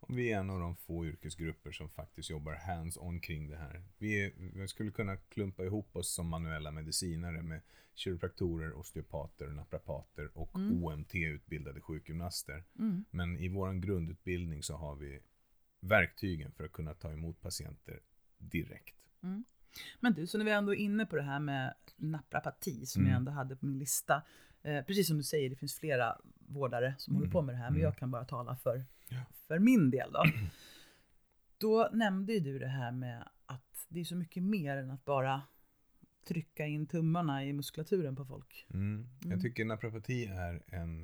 Och vi är en av de få yrkesgrupper som faktiskt jobbar hands-on kring det här. Vi skulle kunna klumpa ihop oss som manuella medicinare med kiropraktorer, osteopater, naprapater och OMT-utbildade sjukgymnaster. Men i vår grundutbildning så har vi verktygen för att kunna ta emot patienter direkt. Men du, så när vi ändå är inne på det här med naprapati som jag ändå hade på min lista. Precis som du säger, det finns flera vårdare som håller på med det här, men jag kan bara tala för min del då. Då nämnde ju du det här med att det är så mycket mer än att bara trycka in tummarna i muskulaturen på folk. Jag tycker naprapati är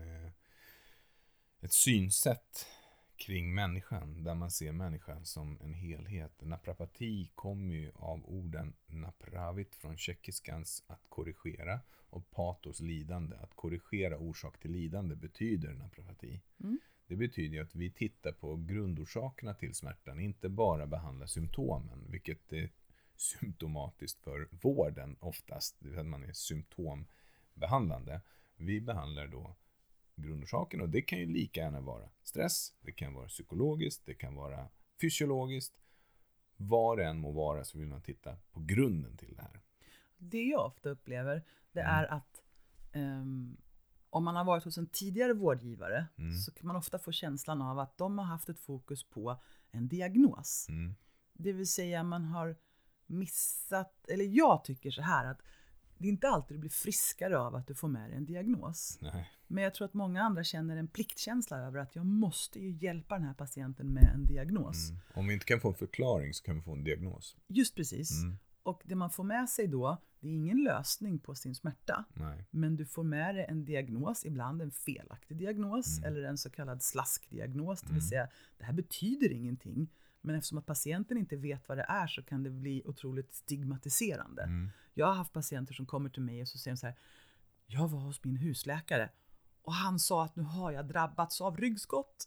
ett synsätt kring människan, där man ser människan som en helhet. Naprapati kommer ju av orden napravit från tjeckiskans att korrigera och patos lidande. Att korrigera orsak till lidande betyder naprapati. Det betyder att vi tittar på grundorsakerna till smärtan, inte bara behandla symptomen, vilket är symptomatiskt för vården oftast, det vill säga att man är symptombehandlande. Vi behandlar då grundorsaken, och det kan ju lika gärna vara stress, det kan vara psykologiskt, det kan vara fysiologiskt. Var det än må vara så vill man titta på grunden till det här. Det jag ofta upplever, det är att om man har varit hos en tidigare vårdgivare så kan man ofta få känslan av att de har haft ett fokus på en diagnos. Det vill säga man har missat, eller jag tycker så här att det är inte alltid du blir friskare av att du får med dig en diagnos. Nej. Men jag tror att många andra känner en pliktkänsla över att jag måste ju hjälpa den här patienten med en diagnos. Om vi inte kan få en förklaring så kan vi få en diagnos. Just precis. Och det man får med sig då, det är ingen lösning på sin smärta. Nej. Men du får med dig en diagnos, ibland en felaktig diagnos eller en så kallad slaskdiagnos. Det vill säga, det här betyder ingenting. Men eftersom att patienten inte vet vad det är så kan det bli otroligt stigmatiserande. Jag har haft patienter som kommer till mig och så säger de så här: jag var hos min husläkare och han sa att nu har jag drabbats av ryggskott.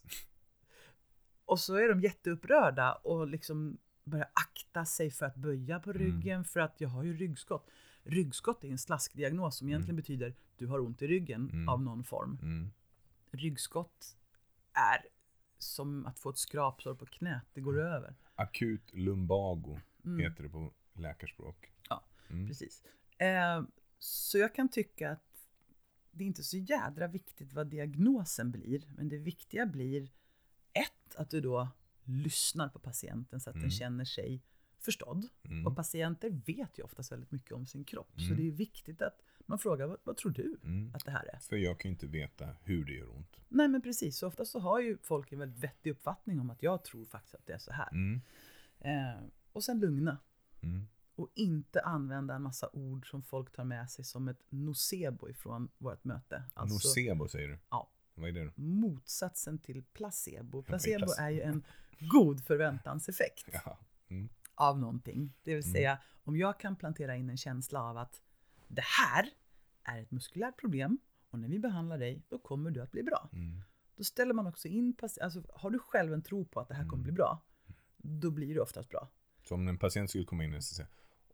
Och så är de jätteupprörda och liksom börjar akta sig för att böja på ryggen för att jag har ju ryggskott. Ryggskott är en slaskdiagnos som egentligen betyder du har ont i ryggen av någon form. Ryggskott är som att få ett skrapsår på knät, det går över. Akut lumbago heter det på läkarspråk. Ja, precis. Så jag kan tycka att det är inte så jädra viktigt vad diagnosen blir, men det viktiga blir att du då lyssnar på patienten så att den känner sig förstådd. Och patienter vet ju oftast väldigt mycket om sin kropp. Så det är viktigt att man frågar, vad tror du att det här är? För jag kan ju inte veta hur det gör ont. Nej, men precis. Så ofta så har ju folk en väldigt vettig uppfattning om att jag tror faktiskt att det är så här. Och sen lugna. Och inte använda en massa ord som folk tar med sig som ett nocebo ifrån vårt möte. Alltså, nocebo säger du? Ja. Vad är det då? Motsatsen till placebo. Placebo är ju en god förväntanseffekt av någonting. Det vill säga, om jag kan plantera in en känsla av att det här är ett muskulärt problem och när vi behandlar dig, då kommer du att bli bra. Då ställer man också in, alltså har du själv en tro på att det här kommer bli bra, då blir det oftast bra. Så om en patient skulle komma in och säga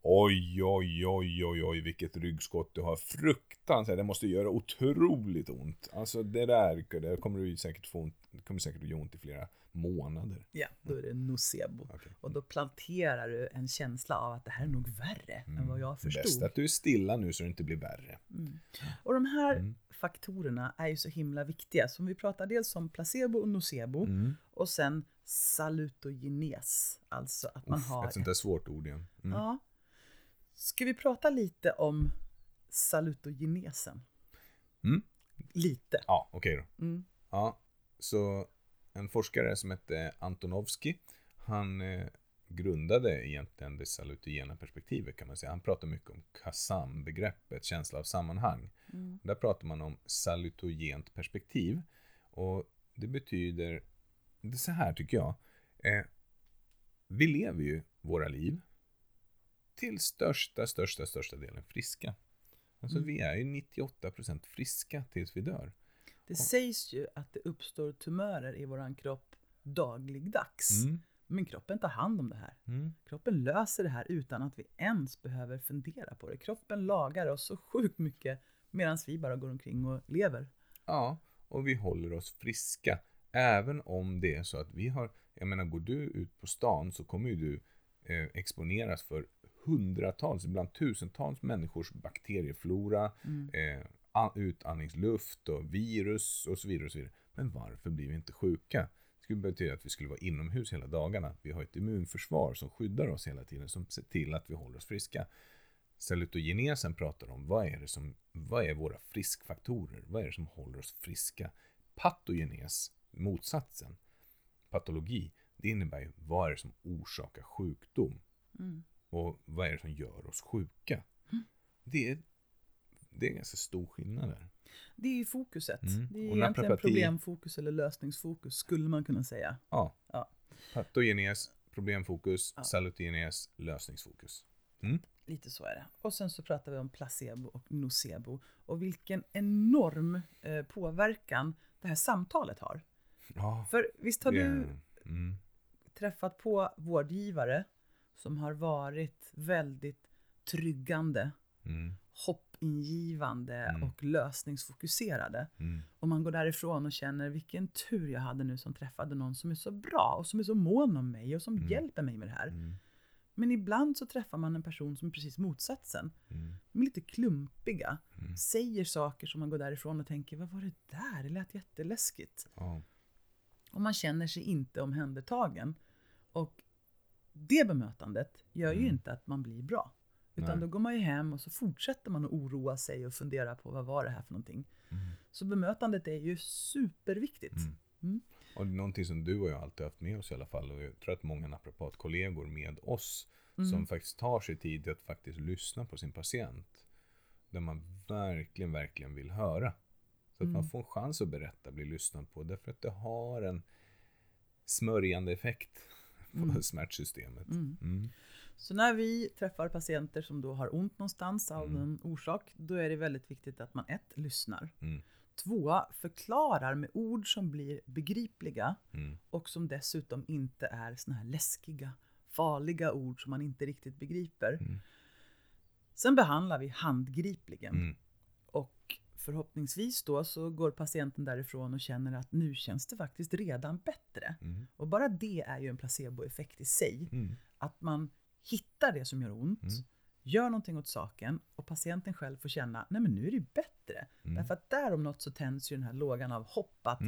oj, vilket ryggskott du har, fruktansvärt, det måste göra otroligt ont. Alltså det kommer du säkert få ont, det kommer säkert att göra ont i flera månader. Ja, då är det nocebo. Okay. Och då planterar du en känsla av att det här är nog värre än vad jag förstod. Bäst att du är stilla nu så det inte blir värre. Och de här faktorerna är ju så himla viktiga. Som vi pratar dels om placebo och nocebo och sen salutogenes. Alltså att man har... Ett sånt där svårt ord igen. Ja. Ska vi prata lite om salutogenesen? Lite. Ja, okej då. Ja, så en forskare som hette Antonovsky, han grundade egentligen det salutogena perspektivet kan man säga. Han pratar mycket om KASAM-begreppet, känsla av sammanhang. Där pratar man om salutogent perspektiv. Och det betyder, det är så här tycker jag, vi lever ju våra liv till största delen friska. Alltså vi är ju 98% friska tills vi dör. Det sägs ju att det uppstår tumörer i våran kropp dagligdags. Men kroppen tar hand om det här. Kroppen löser det här utan att vi ens behöver fundera på det. Kroppen lagar oss så sjukt mycket medan vi bara går omkring och lever. Ja, och vi håller oss friska även om det är så att vi har, jag menar, går du ut på stan så kommer ju du exponeras för hundratals, ibland tusentals människors bakterieflora, utandningsluft och virus och så vidare och så vidare. Men varför blir vi inte sjuka? Det skulle betyda att vi skulle vara inomhus hela dagarna. Vi har ett immunförsvar som skyddar oss hela tiden, som ser till att vi håller oss friska. Salutogenesen pratar om vad är våra friskfaktorer? Vad är det som håller oss friska? Patogenes, motsatsen, patologi, det innebär ju vad är det som orsakar sjukdom? Och vad är det som gör oss sjuka? Det är en ganska stor skillnad där. Det är ju fokuset. Det är egentligen problemfokus eller lösningsfokus skulle man kunna säga. Ja. Patogenes, problemfokus, salutogenes, lösningsfokus. Lite så är det. Och sen så pratar vi om placebo och nocebo. Och vilken enorm påverkan det här samtalet har. Ja, för visst har du träffat på vårdgivare som har varit väldigt tryggande, hoppingivande och lösningsfokuserade. Och man går därifrån och känner vilken tur jag hade nu som träffade någon som är så bra och som är så mån om mig och som hjälper mig med det här. Men ibland så träffar man en person som är precis motsatsen. De är lite klumpiga. Säger saker som man går därifrån och tänker, vad var det där? Det lät jätteläskigt. Och man känner sig inte omhändertagen. Och det bemötandet gör ju inte att man blir bra. Utan då går man ju hem och så fortsätter man att oroa sig och fundera på vad var det här för någonting. Så bemötandet är ju superviktigt. Och någonting som du och jag alltid haft med oss i alla fall, och jag tror att många naprapatkollegor med oss som faktiskt tar sig tid att faktiskt lyssna på sin patient, där man verkligen vill höra, så att man får en chans att berätta, bli lyssnad på, därför att det har en smörjande effekt på smärtsystemet. Så när vi träffar patienter som då har ont någonstans av en orsak, då är det väldigt viktigt att man 1. lyssnar. 2. förklarar med ord som blir begripliga och som dessutom inte är såna här läskiga, farliga ord som man inte riktigt begriper. Sen behandlar vi handgripligen. Och förhoppningsvis då så går patienten därifrån och känner att nu känns det faktiskt redan bättre. Och bara det är ju en placeboeffekt i sig. Att man hittar det som gör ont, gör någonting åt saken och patienten själv får känna, nej men nu är det bättre. Därför att där om något så tänds ju den här lågan av hopp att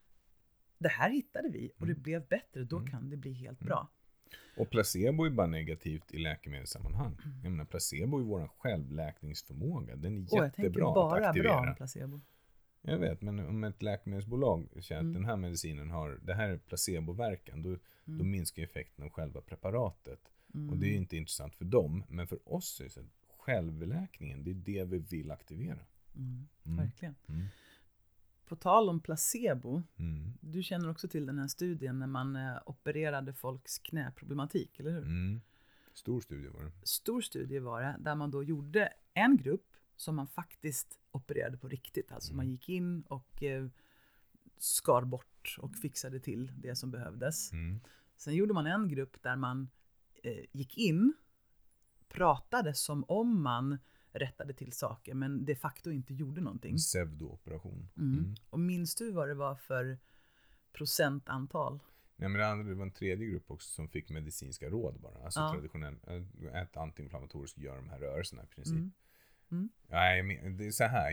det här hittade vi och det blev bättre, då kan det bli helt bra. Och placebo är bara negativt i läkemedelssammanhang. Jag menar, placebo är vår självläkningsförmåga. Den är jättebra att aktivera. Jag tänker bara bra placebo. Jag vet, men om ett läkemedelsbolag känner att den här medicinen har, det här är placeboverkan, då minskar effekten av själva preparatet. Och det är inte intressant för dem, men för oss är det självläkningen, det är det vi vill aktivera. Verkligen. På tal om placebo, du känner också till den här studien när man opererade folks knäproblematik, eller hur? Stor studie var det. Stor studie var det, där man då gjorde en grupp som man faktiskt opererade på riktigt. Alltså man gick in och skar bort och fixade till det som behövdes. Sen gjorde man en grupp där man gick in, pratade som om man rättade till saker men de facto inte gjorde någonting. Pseudooperation. Och minns du vad det var för procentantal? Nej, men det var en tredje grupp också som fick medicinska råd bara. Alltså traditionellt, ät antiinflammatoriskt, gör de här rörelserna i princip. Ja, det är så här,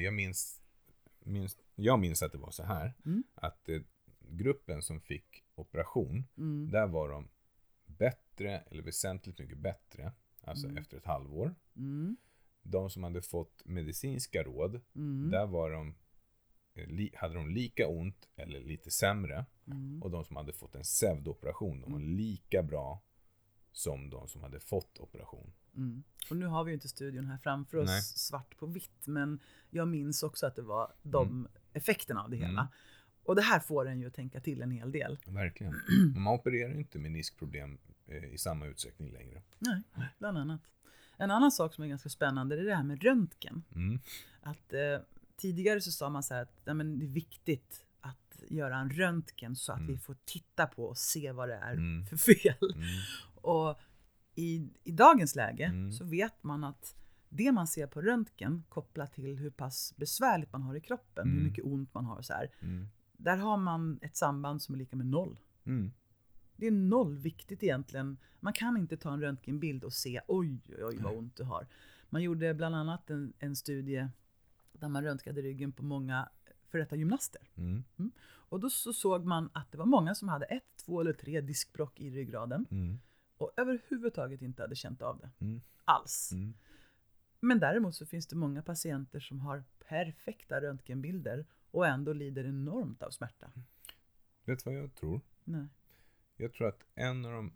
jag minns att det var så här, att gruppen som fick operation, där var de bättre eller väsentligt mycket bättre, alltså efter ett halvår. De som hade fått medicinska råd, där var hade de lika ont eller lite sämre. Och de som hade fått en pseudooperation, de var lika bra som de som hade fått operation. Och nu har vi ju inte studion här framför oss svart på vitt, men jag minns också att det var de effekterna av det hela. Och det här får en ju att tänka till en hel del. Verkligen. Man opererar inte meniskproblem i samma utsträckning längre. Nej, bland annat. En annan sak som är ganska spännande är det här med röntgen. Att tidigare så sa man så här att det är viktigt att göra en röntgen så att vi får titta på och se vad det är för fel. Och i dagens läge så vet man att det man ser på röntgen kopplat till hur pass besvärligt man har i kroppen, hur mycket ont man har och så här. där har man ett samband som är lika med 0. Mm. Det är 0 viktigt egentligen. Man kan inte ta en röntgenbild och se oj vad ont du har. Man gjorde bland annat en studie där man röntgade ryggen på många för detta gymnaster. Mm. Och då så såg man att det var många som hade 1, 2 eller 3 diskbråck i ryggraden. Och överhuvudtaget inte hade känt av det. Alls. Men däremot så finns det många patienter som har perfekta röntgenbilder och ändå lider enormt av smärta. Vet du vad jag tror? Nej. Jag tror att en av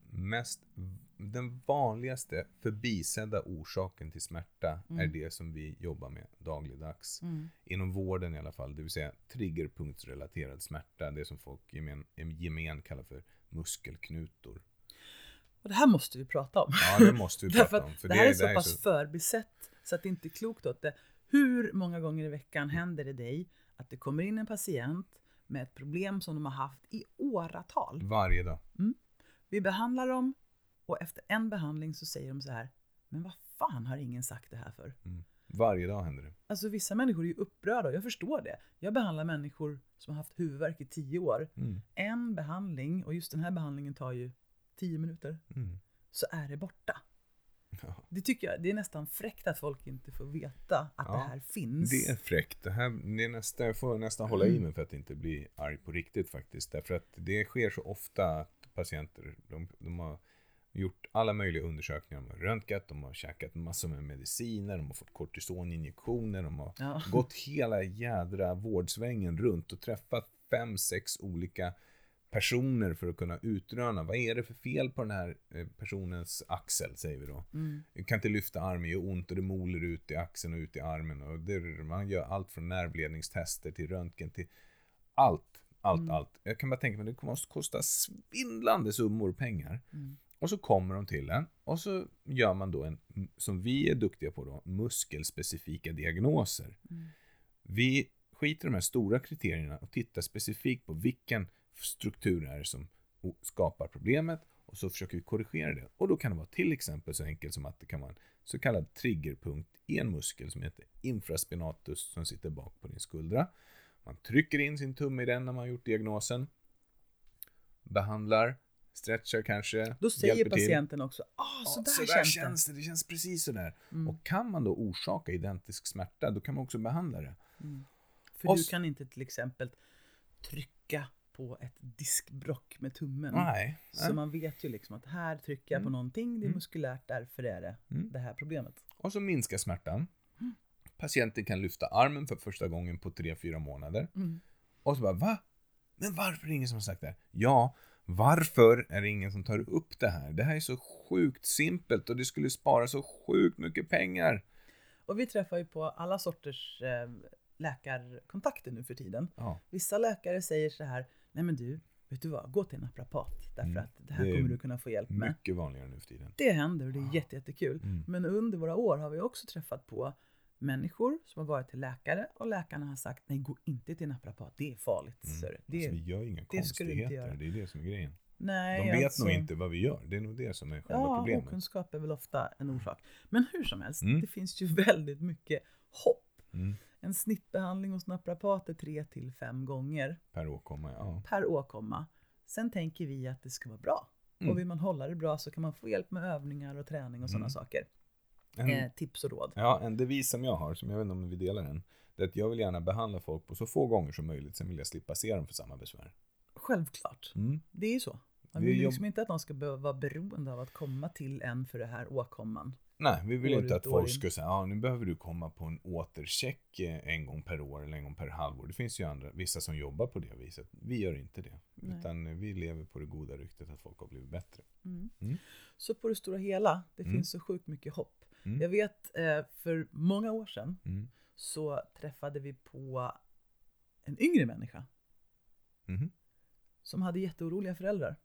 den vanligaste förbisedda orsaken till smärta är det som vi jobbar med dagligdags. Inom vården i alla fall, det vill säga triggerpunktsrelaterad smärta. Det som folk gemen kallar för muskelknutor. Och det här måste vi prata om. Ja, det måste vi prata om. För det här är så pass förbisett så att det inte är klokt åt det. Hur många gånger i veckan händer det dig att det kommer in en patient med ett problem som de har haft i åratal? Varje dag. Vi behandlar dem och efter en behandling så säger de så här: men vad fan har ingen sagt det här för? Varje dag händer det. Alltså vissa människor är ju upprörda och jag förstår det. Jag behandlar människor som har haft huvudvärk i 10 år. En behandling, och just den här behandlingen tar ju 10 minuter. Så är det borta. Ja. Det tycker jag, det är nästan fräckt att folk inte får veta att det här finns. Det är fräckt. Jag får nästan hålla i mig för att inte bli arg på riktigt faktiskt. Därför att det sker så ofta att patienter, de har gjort alla möjliga undersökningar. De har röntgat, de har käkat massor med mediciner, de har fått kortisoninjektioner, de har gått hela jädra vårdsvängen runt och träffat 5-6 olika personer för att kunna utröna vad är det för fel på den här personens axel, säger vi då. Kan inte lyfta armen, gör ont och det moler ut i axeln och ut i armen. Och man gör allt från nervledningstester till röntgen till allt. Jag kan bara tänka mig att det måste kosta svindlande summor pengar. Och så kommer de till en och så gör man då som vi är duktiga på då, muskelspecifika diagnoser. Vi skiter i de här stora kriterierna och tittar specifikt på vilken struktur är det som skapar problemet och så försöker vi korrigera det. Och då kan det vara till exempel så enkelt som att det kan vara en så kallad triggerpunkt i en muskel som heter infraspinatus som sitter bak på din skuldra. Man trycker in sin tumme i den när man har gjort diagnosen. Behandlar, stretchar kanske. Då säger patienten också, så där känns det. Det känns precis så där. Och kan man då orsaka identisk smärta, då kan man också behandla det. För du kan inte till exempel trycka på ett diskbrock med tummen. Nej. Så man vet ju liksom att här trycker jag på någonting, det är muskulärt, därför är det det här problemet. Och så minskar smärtan. Patienten kan lyfta armen för första gången på 3-4 månader. Och så bara, va? Men varför är det ingen som har sagt det här? Ja, varför är det ingen som tar upp det här? Det här är så sjukt simpelt och det skulle spara så sjukt mycket pengar. Och vi träffar ju på alla sorters läkarkontakter nu för tiden. Ja. Vissa läkare säger så här: nej men du, vet du vad, gå till en naprapat därför att det här kommer du kunna få hjälp med. Mycket vanligare nu för tiden. Det händer och det är jättekul. Men under våra år har vi också träffat på människor som har varit till läkare och läkarna har sagt: nej, gå inte till naprapat, det är farligt. Vi gör inga konstigheter, det är det som är grejen. Nej, de vet nog inte vad vi gör, det är nog det som är själva problemet. Okunskap är väl ofta en orsak. Men hur som helst, det finns ju väldigt mycket hopp. En snittbehandling hos naprapat är 3-5 gånger per åkomma. Per åkomma. Sen tänker vi att det ska vara bra. Och vill man hålla det bra så kan man få hjälp med övningar och träning och sådana saker. Tips och råd. Ja, en devis som jag har, som jag vet inte om vi delar den, det är att jag vill gärna behandla folk på så få gånger som möjligt, sen vill jag slippa se dem för samma besvär. Självklart. Det är ju så. Man vill liksom inte att de ska behöva vara beroende av att komma till en för det här åkomman. Nej, vi vill inte att folk ska säga, nu behöver du komma på en återcheck en gång per år eller en gång per halvår. Det finns ju vissa som jobbar på det viset. Vi gör inte det. Nej. Utan vi lever på det goda ryktet att folk har blivit bättre. Så på det stora hela, det finns så sjukt mycket hopp. Jag vet, för många år sedan så träffade vi på en yngre människa som hade jätteoroliga föräldrar.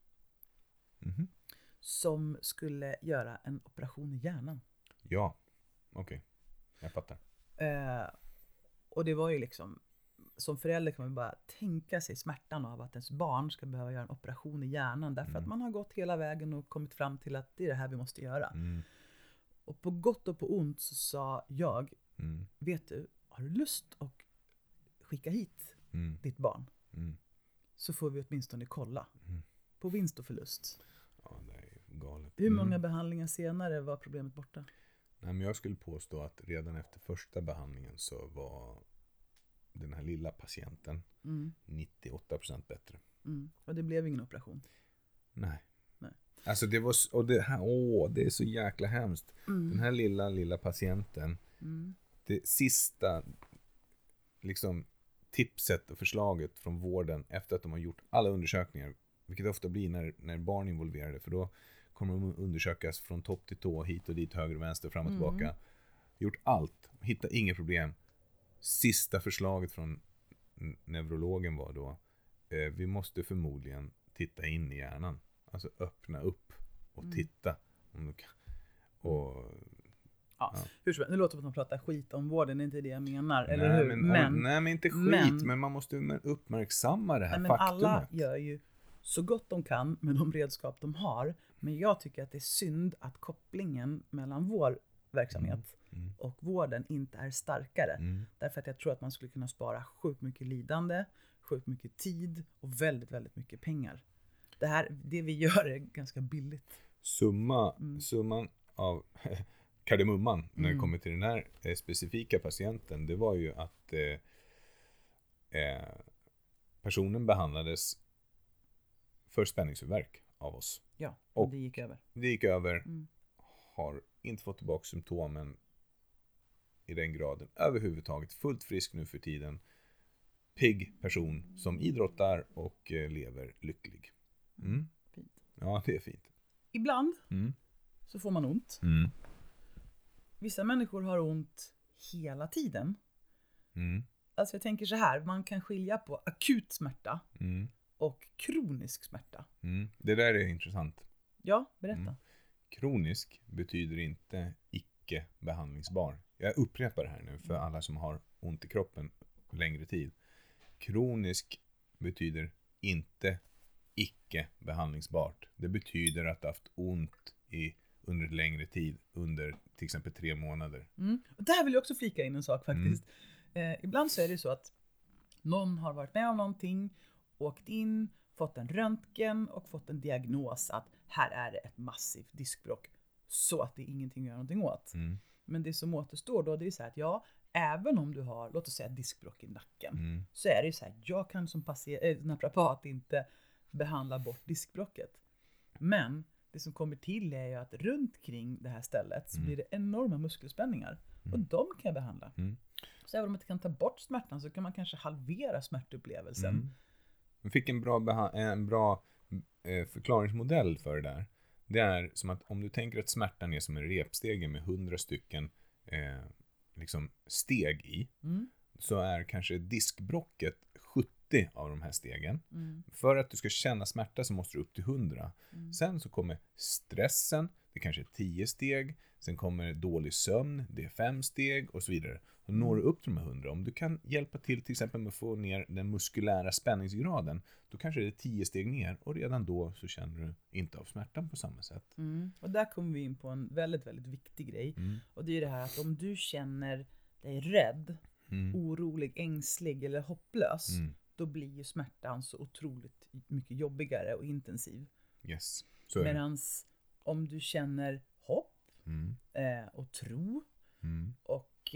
Som skulle göra en operation i hjärnan. Ja, okej. Jag fattar. Och det var ju liksom, som förälder kan man bara tänka sig smärtan av att ens barn ska behöva göra en operation i hjärnan. Därför att man har gått hela vägen och kommit fram till att det är det här vi måste göra. Och på gott och på ont så sa jag, vet du, har du lust att skicka hit ditt barn så får vi åtminstone kolla. På vinst och förlust. Ja, det är galet. Hur många behandlingar senare var problemet borta? Nej, men jag skulle påstå att redan efter första behandlingen så var den här lilla patienten 98% bättre. Och det blev ingen operation? Nej. Alltså det var, och det här, det är så jäkla hemskt. Den här lilla patienten, det sista liksom tipset och förslaget från vården efter att de har gjort alla undersökningar, vilket ofta blir när barn är involverade, för då kommer de undersökas från topp till tå, hit och dit, höger och vänster, fram och tillbaka. Gjort allt, hittar inga problem. Sista förslaget från neurologen var då, vi måste förmodligen titta in i hjärnan. Alltså öppna upp och titta. Om du kan. Och, hur som helst, nu låter det som att man pratar skit om vården, det är inte det jag menar, eller hur? Nej, men inte skit, men man måste uppmärksamma det här faktumet. Alla gör ju så gott de kan med de redskap de har, men jag tycker att det är synd att kopplingen mellan vår verksamhet och vården inte är starkare. Därför att jag tror att man skulle kunna spara sjukt mycket lidande, sjukt mycket tid och väldigt, väldigt mycket pengar. Det vi gör är ganska billigt. Summan av kardemumman när det kommer till den här specifika patienten, det var ju att personen behandlades för spänningshuvudvärk av oss. Ja, och det gick över. Det gick över. Har inte fått tillbaka symptomen i den graden överhuvudtaget. Fullt frisk nu för tiden. Pigg person som idrottar och lever lycklig. Fint. Ja, det är fint. Ibland så får man ont. Vissa människor har ont hela tiden. Alltså jag tänker så här, man kan skilja på akut smärta och kronisk smärta. Det där är intressant. Ja, berätta. Kronisk betyder inte icke behandlingsbar. Jag upprepar det här nu för alla som har ont i kroppen längre tid. Kronisk betyder inte icke behandlingsbart. Det betyder att du har haft ont under längre tid, under till exempel 3 månader. Och där vill jag också flika in en sak faktiskt. Ibland så är det så att någon har varit med om någonting, åkt in, fått en röntgen och fått en diagnos att här är det ett massivt diskbråck, så att det är ingenting att göra någonting åt. Men det som återstår då, det är så här att även om du har, låt oss säga, diskbråck i nacken, så är det ju så här, jag kan som naprapat inte behandla bort diskbråcket. Men det som kommer till är ju att runt kring det här stället så blir det enorma muskelspänningar. Och de kan jag behandla. Så även om man inte kan ta bort smärtan så kan man kanske halvera smärtupplevelsen. Jag fick en bra förklaringsmodell för det där. Det är som att om du tänker att smärtan är som en repstege med 100 stycken liksom steg i, så är kanske diskbråcket 70 av de här stegen. För att du ska känna smärta så måste du upp till 100. Sen så kommer stressen, det kanske är 10 steg. Sen kommer dålig sömn, det är 5 steg och så vidare. Och når du upp till de här 100, om du kan hjälpa till exempel med att få ner den muskulära spänningsgraden, då kanske det är 10 steg ner och redan då så känner du inte av smärtan på samma sätt. Och där kommer vi in på en väldigt, väldigt viktig grej. Och det är det här att om du känner dig rädd, orolig, ängslig eller hopplös, då blir ju smärtan så otroligt mycket jobbigare och intensiv. Yes. Medan om du känner hopp och tro och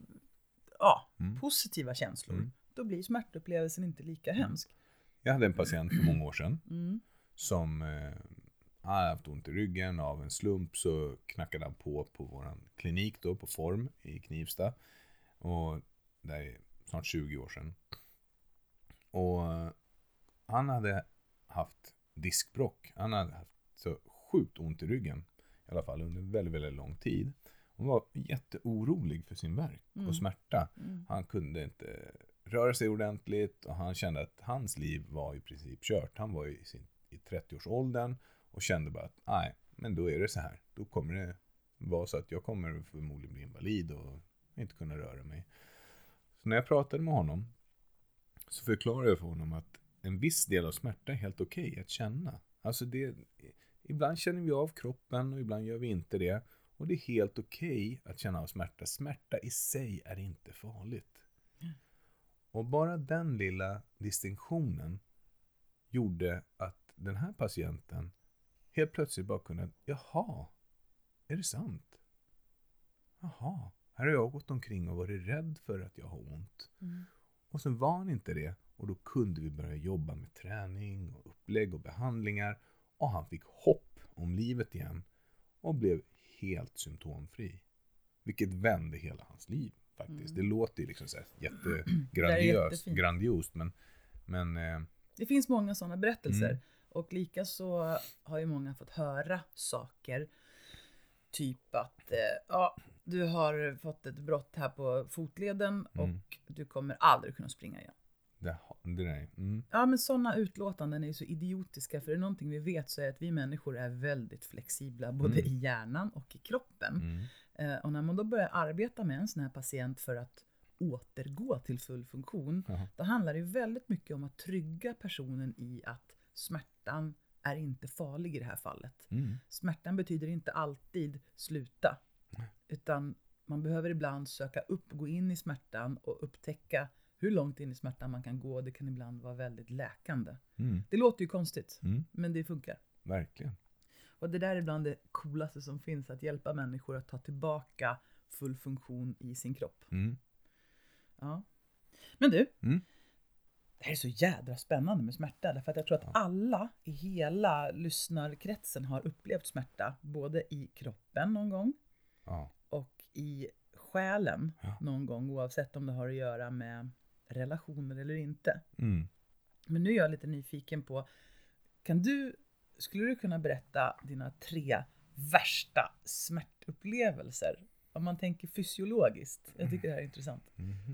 positiva känslor, då blir smärtupplevelsen inte lika hemsk. Jag hade en patient för många år sedan som hade haft ont i ryggen. Av en slump så knackade han på våran klinik då, på Form i Knivsta. Och det är snart 20 år sedan. Och han hade haft diskbråck. Han hade haft så sjukt ont i ryggen. I alla fall under väldigt, väldigt lång tid. Han var jätteorolig för sin värk och smärta. Han kunde inte röra sig ordentligt och han kände att hans liv var i princip kört. Han var i 30-årsåldern och kände bara att nej, men då är det så här. Då kommer det vara så att jag kommer förmodligen bli invalid och inte kunna röra mig. Så när jag pratade med honom så förklarade jag för honom att en viss del av smärta är helt okej att känna. Alltså ibland känner vi av kroppen och ibland gör vi inte det. Och det är helt okej att känna av smärta. Smärta i sig är inte farligt. Och bara den lilla distinktionen gjorde att den här patienten helt plötsligt bara kunde, jaha, är det sant? Jaha, här har jag gått omkring och varit rädd för att jag har ont. Och sen var han inte det. Och då kunde vi börja jobba med träning och upplägg och behandlingar. Och han fick hopp om livet igen. Och blev helt symptomfri. Vilket vände hela hans liv faktiskt. Det låter ju liksom så här jättegrandiöst. Men det finns många sådana berättelser. Och likaså har ju många fått höra saker. Typ att du har fått ett brott här på fotleden och du kommer aldrig kunna springa igen. Ja, men sådana utlåtanden är så idiotiska. För det är någonting vi vet så är att vi människor är väldigt flexibla både i hjärnan och i kroppen. Och när man då börjar arbeta med en sån här patient för att återgå till full funktion, då handlar det väldigt mycket om att trygga personen i att smärtan är inte farlig i det här fallet. Smärtan betyder inte alltid sluta. Utan man behöver ibland söka upp, gå in i smärtan och upptäcka hur långt in i smärtan man kan gå. Det kan ibland vara väldigt läkande. Det låter ju konstigt, men det funkar. Verkligen. Och det där är bland det coolaste som finns, att hjälpa människor att ta tillbaka full funktion i sin kropp. Ja. Men du, det här är så jädra spännande med smärta. Därför att jag tror att alla i hela lyssnarkretsen har upplevt smärta. Både i kroppen någon gång och i själen någon gång. Oavsett om det har att göra med relationer eller inte. Men nu är jag lite nyfiken på, skulle du kunna berätta dina 3 värsta smärtupplevelser? Om man tänker fysiologiskt. Jag tycker det här är intressant.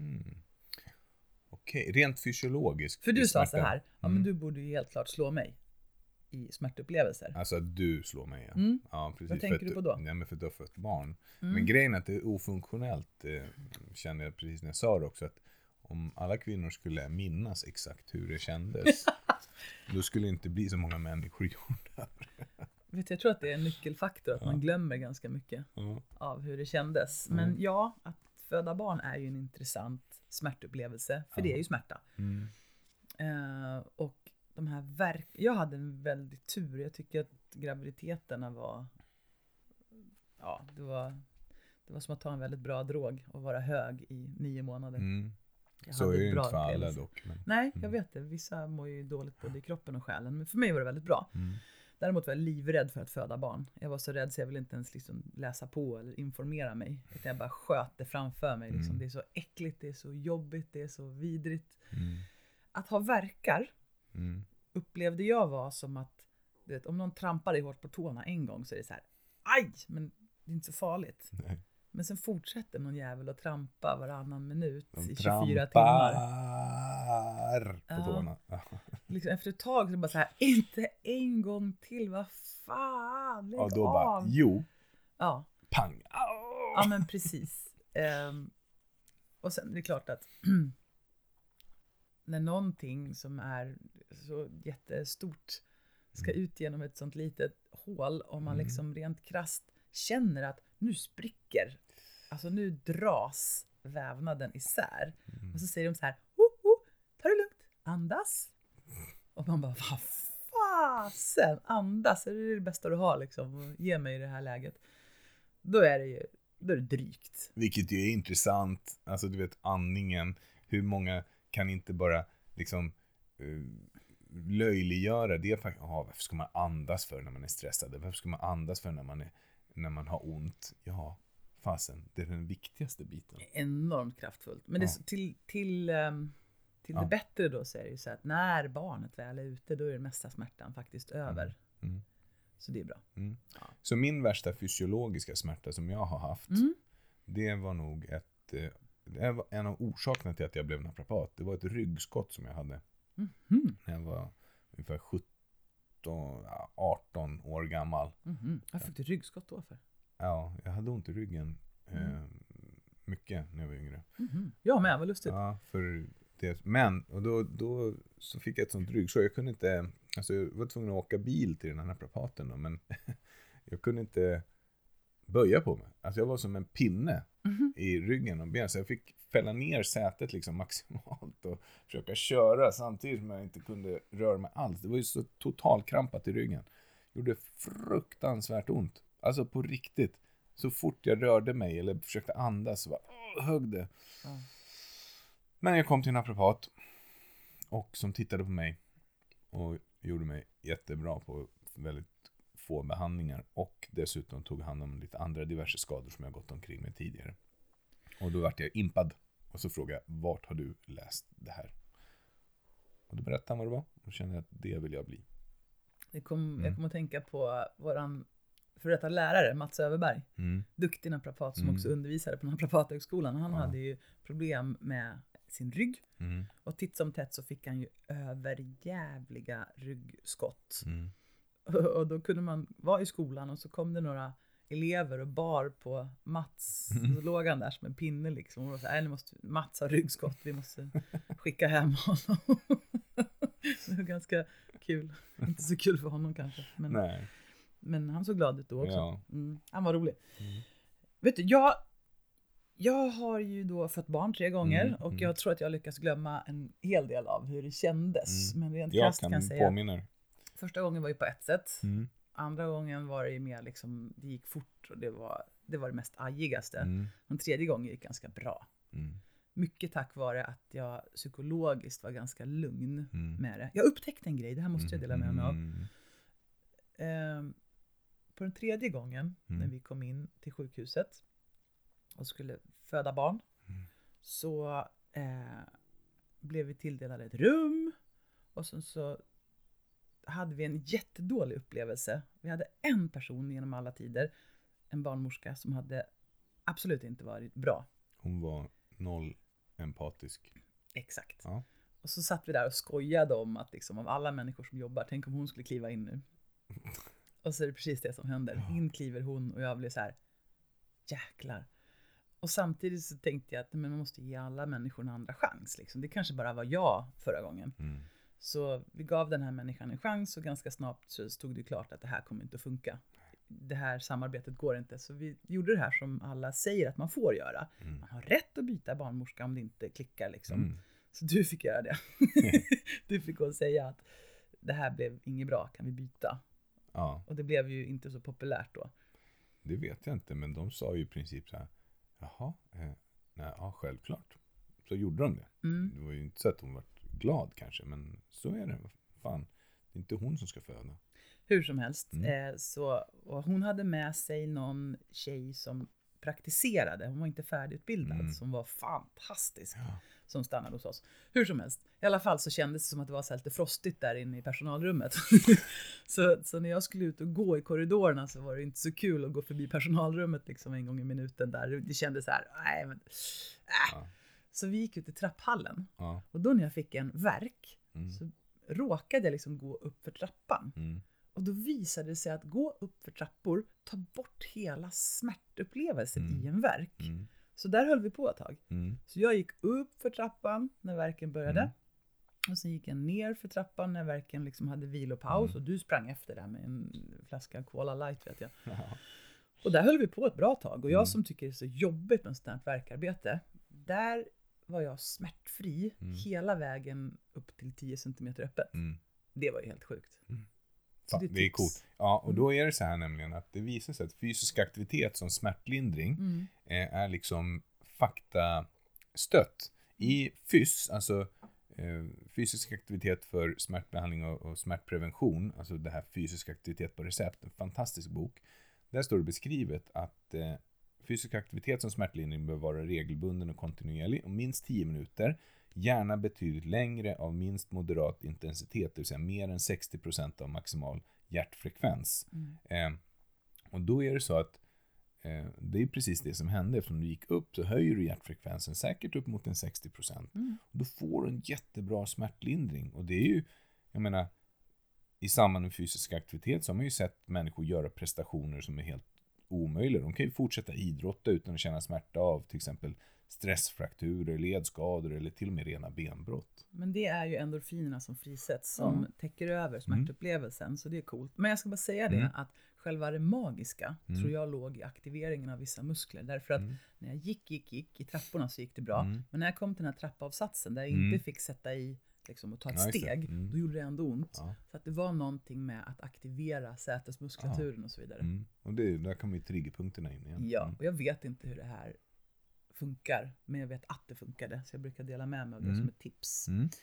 Okej, rent fysiologiskt. För du sa så här, men du borde ju helt klart slå mig i smärtupplevelser. Alltså att du slår mig, ja. Precis. Vad tänker du på då? Nej, men för att du har fött barn. Men grejen är att det är ofunktionellt, känner jag precis när jag sa det också, att om alla kvinnor skulle minnas exakt hur det kändes, då skulle det inte bli så många människor gjorda. Jag tror att det är en nyckelfaktor, att man glömmer ganska mycket av hur det kändes. Men att föda barn är ju en intressant smärtupplevelse, för det är ju smärta. Och de här jag hade en väldigt tur. Jag tycker att graviditeterna var det var som att ta en väldigt bra drog och vara hög i 9 månader. Så är det inte för alla dock. Men... Nej, jag vet det. Vissa mår ju dåligt både i kroppen och själen. Men för mig var det väldigt bra. Däremot var jag livrädd för att föda barn. Jag var så rädd så jag ville inte ens liksom läsa på eller informera mig. Utan jag bara sköt det framför mig. Liksom. Det är så äckligt, det är så jobbigt, det är så vidrigt. Att ha verkar upplevde jag var som att, du vet, om någon trampar dig hårt på tårna en gång så är det så här, aj, men det är inte så farligt. Nej. Men sen fortsätter någon jävel att trampa varannan minut i 24 timmar. På tårna. Liksom efter ett tag så bara så här, inte en gång till, vad fan, lägg då av. Bara, pang. Ja, men precis. Och sen är det klart att när någonting som är så jättestort ska ut genom ett sånt litet hål, och man liksom rent krasst känner att nu spricker, alltså nu dras vävnaden isär. Och så säger de så här, ta det lugnt, andas. Och man bara, vad fasen, andas, är det bästa du har liksom, och ge mig i det här läget. Då är det drygt. Vilket ju är intressant, alltså du vet andningen, hur många kan inte bara liksom löjliggöra det. Varför ska man andas för när man är stressad? Varför ska man andas för när man har ont? Ja, fasen, det är den viktigaste biten. Enormt kraftfullt. Men det, till det bättre då så är det ju så att när barnet väl är ute, då är det mesta smärtan faktiskt över. Så det är bra. Så min värsta fysiologiska smärta som jag har haft, det var nog det var en av orsakerna till att jag blev naprapat. Det var ett ryggskott som jag hade när jag var ungefär 18 år gammal. Vad fick du ryggskott då för? Ja, jag hade ont i ryggen mycket när jag var yngre. Ja, men vad lustigt. Ja, för det. Men och då så fick jag ett sånt ryggsår. Jag kunde inte, alltså jag var tvungen att åka bil till den här naprapaten då, men jag kunde inte böja på mig. Alltså jag var som en pinne i ryggen och benen. Så jag fick fälla ner sätet liksom maximalt och försöka köra samtidigt som jag inte kunde röra mig alls. Det var ju så totalkrampat i ryggen. Det gjorde fruktansvärt ont. Alltså på riktigt. Så fort jag rörde mig eller försökte andas så högg det. Men jag kom till en naprapat och som tittade på mig och gjorde mig jättebra på väldigt få behandlingar och dessutom tog hand om lite andra diverse skador som jag gått omkring med tidigare. Och då vart jag impad och så frågade jag, vart har du läst det här? Och då berättade han vad det var och kände att det vill jag bli. Jag kom att tänka på våran för detta lärare, Mats Överberg. Duktig naprapat som också undervisade på Naprapathögskolan. Han hade ju problem med sin rygg. Och titt som tätt så fick han ju överjävliga ryggskott. Och då kunde man vara i skolan och så kom det några elever och bar på Mats. Så låg han där som en pinne liksom. Och så Mats har ryggskott, vi måste skicka hem honom. Det var ganska kul. Inte så kul för honom kanske. Men han såg glad ut då också. Ja. Han var rolig. Vet du, jag har ju då fått barn 3 gånger. Och jag tror att jag lyckas glömma en hel del av hur det kändes. Men rent krasst kan jag säga. Påminna. Första gången var ju på ett sätt. Andra gången var det ju mer liksom, det gick fort och det var det mest ajigaste. Den tredje gången gick ganska bra. Mycket tack vare att jag psykologiskt var ganska lugn med det. Jag upptäckte en grej, det här måste jag dela med mig av. På den tredje gången när vi kom in till sjukhuset och skulle föda barn så blev vi tilldelade ett rum och sen så hade vi en jättedålig upplevelse. Vi hade en person genom alla tider, en barnmorska som hade absolut inte varit bra. Hon var 0 empatisk. Exakt. Ja. Och så satt vi där och skojade om att liksom, av alla människor som jobbar, tänk om hon skulle kliva in nu. Och så är det precis det som händer. In kliver hon och jag blev så här, jäklar. Och samtidigt så tänkte jag att men man måste ge alla människor en andra chans. Liksom. Det kanske bara var jag förra gången. Så vi gav den här människan en chans och ganska snabbt så stod det klart att det här kommer inte att funka. Det här samarbetet går inte. Så vi gjorde det här som alla säger att man får göra. Man har rätt att byta barnmorska om det inte klickar liksom. Så du fick göra det. Du fick gå och säga att det här blev inget bra, kan vi byta? Ja. Och det blev ju inte så populärt då. Det vet jag inte, men de sa ju i princip så här, jaha, nej, ja, självklart. Så gjorde de det. Det var ju inte så att hon var glad kanske, men så är det. Fan, det är inte hon som ska föda. Hur som helst. Och hon hade med sig någon tjej som praktiserade. Hon var inte färdigutbildad. Som var fantastisk. Ja. Som stannade hos oss. Hur som helst. I alla fall så kändes det som att det var så lite frostigt där inne i personalrummet. så när jag skulle ut och gå i korridorerna så var det inte så kul att gå förbi personalrummet liksom en gång i minuten där. Det kändes så här, nej men... Ja. Så vi gick ut i trapphallen. Ja. Och då när jag fick en värk så råkade jag liksom gå upp för trappan. Och då visade det sig att gå upp för trappor tar bort hela smärtupplevelsen i en värk. Så där höll vi på ett tag. Så jag gick upp för trappan när värken började. Och sen gick jag ner för trappan när värken liksom hade vilopaus. Och du sprang efter där med en flaska Cola Light vet jag. Och där höll vi på ett bra tag. Och jag som tycker det är så jobbigt med sånt här värkarbete. Där var jag smärtfri hela vägen upp till 10 cm öppet. Det var ju helt sjukt. Så det är coolt. Ja, och då är det så här nämligen att det visar sig att fysisk aktivitet som smärtlindring är liksom faktastött. I FYSS, alltså fysisk aktivitet för smärtbehandling och smärtprevention, alltså det här fysisk aktivitet på recept, en fantastisk bok. Där står det beskrivet att fysisk aktivitet som smärtlindring bör vara regelbunden och kontinuerlig och minst 10 minuter, gärna betydligt längre av minst moderat intensitet, det vill säga mer än 60% av maximal hjärtfrekvens. Och då är det så att det är precis det som hände. Eftersom du gick upp så höjer du hjärtfrekvensen säkert upp mot en 60%. Och då får du en jättebra smärtlindring. Och det är ju, jag menar, i samband med fysisk aktivitet så har man ju sett människor göra prestationer som är helt omöjliga. De kan ju fortsätta idrotta utan att känna smärta av till exempel stressfrakturer, ledskador eller till och med rena benbrott. Men det är ju endorfinerna som frisätts som täcker över smärtupplevelsen, så det är coolt. Men jag ska bara säga det, att själva det magiska tror jag låg i aktiveringen av vissa muskler. Därför att när jag gick i trapporna så gick det bra. Men när jag kom till den här trappavsatsen där jag inte fick sätta i liksom, och ta ett steg, då gjorde det ändå ont. Ja. Så att det var någonting med att aktivera sätesmuskulaturen och så vidare. Och där kommer ju triggerpunkterna in igen. Ja, och jag vet inte hur det här funkar, men jag vet att det funkade, så jag brukar dela med mig av det som ett tips.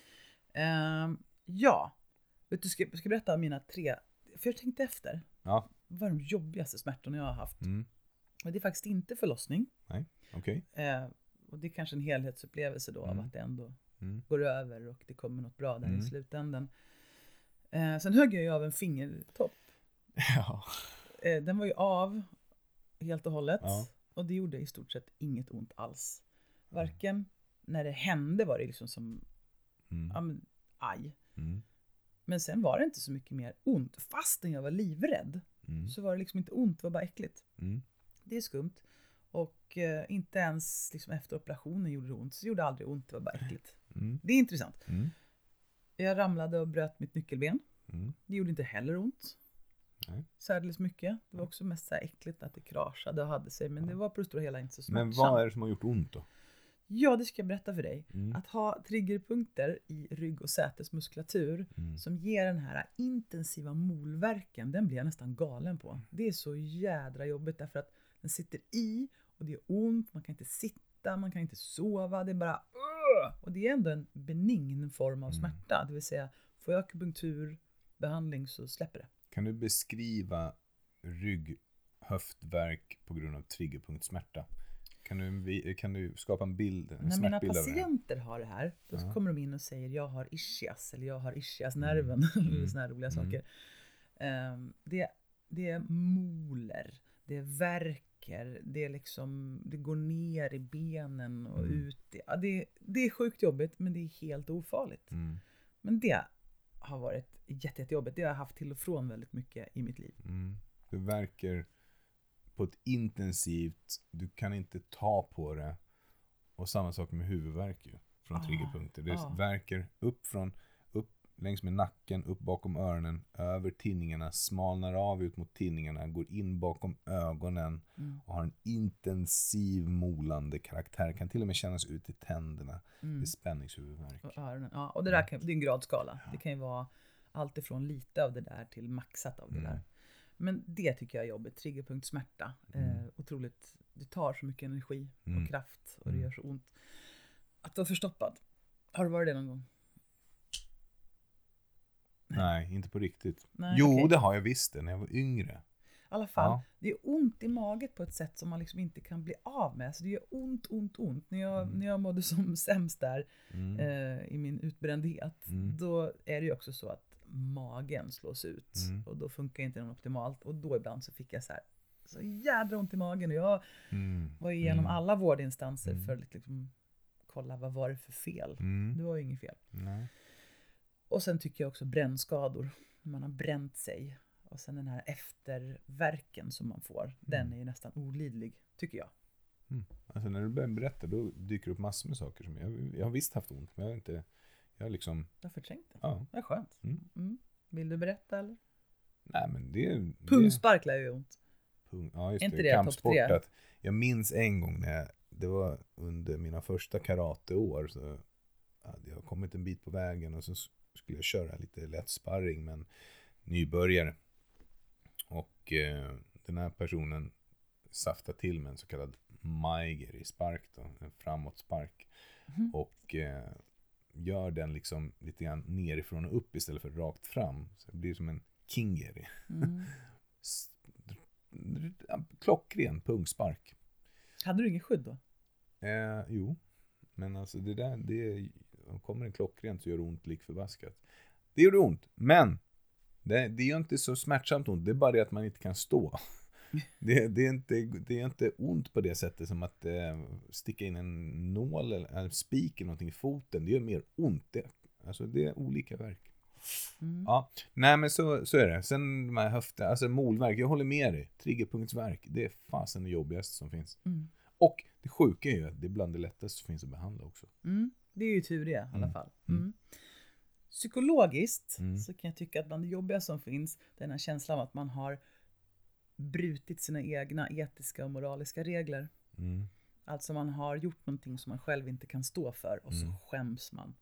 Ja, vet du, ska berätta om mina 3, för jag tänkte efter. Ja. Vad är de jobbigaste smärtorna jag har haft? Och det är faktiskt inte förlossning. Nej, okej. Och det är kanske en helhetsupplevelse då av att det ändå går över och det kommer något bra där i slutändan. Sen högg jag ju av en fingertopp. Ja. Den var ju av helt och hållet. Ja. Och det gjorde i stort sett inget ont alls. Varken när det hände var det liksom som aj. Men sen var det inte så mycket mer ont. Fastän jag var livrädd så var det liksom inte ont, det var bara äckligt. Det är skumt. Och inte ens liksom efter operationen gjorde det ont. Så det gjorde aldrig ont, det var bara äckligt. Det är intressant. Jag ramlade och bröt mitt nyckelben. Det gjorde inte heller ont. Särdeles mycket. Det var också mest så här äckligt att det kraschade och hade sig. Men det var på det stora hela inte så smärtsamt. Men vad är det som har gjort ont då? Ja, det ska jag berätta för dig. Att ha triggerpunkter i rygg- och sätesmuskulatur som ger den här intensiva molverken, den blir jag nästan galen på. Det är så jädra jobbigt därför att den sitter i och det är ont, man kan inte sitta, man kan inte sova, det är bara och det är ändå en benign form av smärta, det vill säga får jag akupunkturbehandling så släpper det. Kan du beskriva rygg-höftvärk på grund av triggerpunktsmärta? Kan du skapa en bild? När mina patienter har det här, då kommer de in och säger jag har ischias eller jag har ischiasnerven eller såna här roliga saker. Det är moler, det är värker, det är liksom, det går ner i benen och ut. Ja, det är sjukt jobbigt, men det är helt ofarligt. Men det har varit jättejobbigt. Det har jag haft till och från väldigt mycket i mitt liv. Det verkar på ett intensivt, du kan inte ta på det, och samma sak med huvudvärk ju, från triggerpunkter. Det verkar upp längs med nacken, upp bakom öronen, över tinningarna, smalnar av ut mot tinningarna, går in bakom ögonen och har en intensiv molande karaktär. Kan till och med kännas ut i tänderna. Det är spänningshuvudvärk. Och öronen. Ja, och det där det är en gradskala. Det kan ju vara allt ifrån lite av det där till maxat av det där. Men det tycker jag är jobbigt. Triggerpunktsmärta. Otroligt. Det tar så mycket energi och kraft och det gör så ont. Att vara förstoppad. Har du varit det någon gång? Nej, inte på riktigt. Nej, jo, okay. Det har jag visst det när jag var yngre. I alla fall, det är ont i maget på ett sätt som man liksom inte kan bli av med. Så det gör ont. När jag mådde som sämst där i min utbrändhet, då är det ju också så att magen slås ut. Och då funkar inte den optimalt. Och då ibland så fick jag så jädra ont i magen. Och jag var igenom alla vårdinstanser för att liksom kolla vad var det för fel. Det var ju inget fel. Nej. Och sen tycker jag också brännskador. Man har bränt sig. Och sen den här efterverken som man får. Den är ju nästan olidlig, tycker jag. Alltså när du börjar berätta, då dyker det upp massor med saker som jag har visst haft ont. Men jag har förträngt det. Ja. Det är skönt. Vill du berätta eller? Nej, men det pungspark lär ju ont. Ja, just inte det. Kampsport. Att jag minns en gång när det var under mina första karateår, så hade jag kommit en bit på vägen och så skulle jag köra lite lätt sparring med en nybörjare. Och den här personen saftade till med en så kallad Maiger i spark då, en framåtspark. Och gör den liksom lite grann nerifrån och upp istället för rakt fram. Så det blir som en Kingeri. Klockren pungspark. Hade du ingen skydd då? Jo. Men alltså det kommer en klockren så gör det ont lik förbaskat. Det gjorde ont, men det är inte så smärtsamt ont. Det är bara det att man inte kan stå. Det är inte ont på det sättet som att sticka in en nål eller en spik eller någonting i foten. Det gör mer ont. Det är olika verk. Ja, nej men så är det. Sen de här höfter, alltså molverk, jag håller med dig. Triggerpunktsverk, det är fasen det jobbigaste som finns. Och Det sjuka är ju att det är bland det lättaste som finns att behandla också. Det är ju tur det i alla fall. Psykologiskt så kan jag tycka att bland det jobbiga som finns, den här känslan av att man har brutit sina egna etiska och moraliska regler. Alltså man har gjort någonting som man själv inte kan stå för och så skäms man.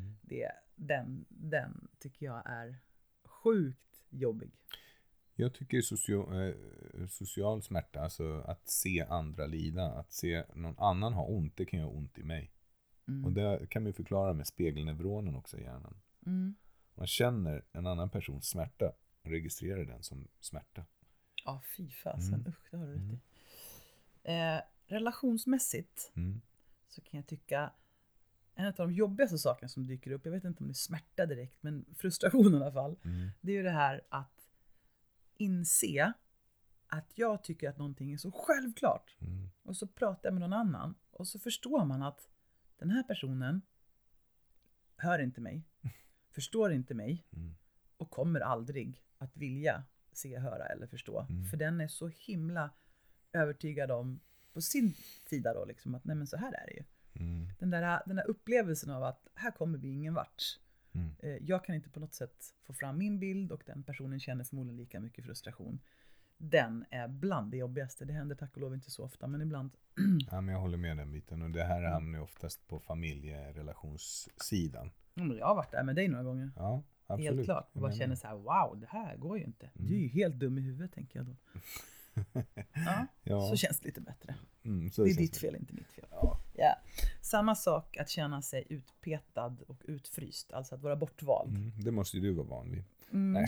Den tycker jag är sjukt jobbig. Jag tycker social smärta, alltså att se andra lida, att se någon annan ha ont, det kan göra ont i mig. Och det kan vi förklara med spegelneuronen också i hjärnan. Man känner en annan persons smärta och registrerar den som smärta. Ja, fy fasen. Usch, det har du rätt i. Relationsmässigt så kan jag tycka en av de jobbigaste sakerna som dyker upp, jag vet inte om det är smärta direkt, men frustration i alla fall, det är ju det här att inse att jag tycker att någonting är så självklart. Och så pratar jag med någon annan och så förstår man att den här personen hör inte mig, förstår inte mig och kommer aldrig att vilja se, höra eller förstå. För den är så himla övertygad om på sin sida då liksom att nej men så här är det ju. Den där upplevelsen av att här kommer vi ingen vart. Jag kan inte på något sätt få fram min bild och den personen känner förmodligen lika mycket frustration. Den är bland det jobbigaste. Det händer tack och lov inte så ofta, men ibland. Ja, men jag håller med den biten. Och det här hamnar ju oftast på familjerelationssidan. Men jag har varit där med dig några gånger. Ja, absolut. Helt klart. Och bara känner så här, wow, det här går ju inte. Du är ju helt dum i huvudet, tänker jag då. Ja. Så känns det lite bättre. Det är ditt fel, inte mitt fel. Ja. Samma sak att känna sig utpetad och utfryst. Alltså att vara bortvald. Det måste ju du vara van vid. Nej,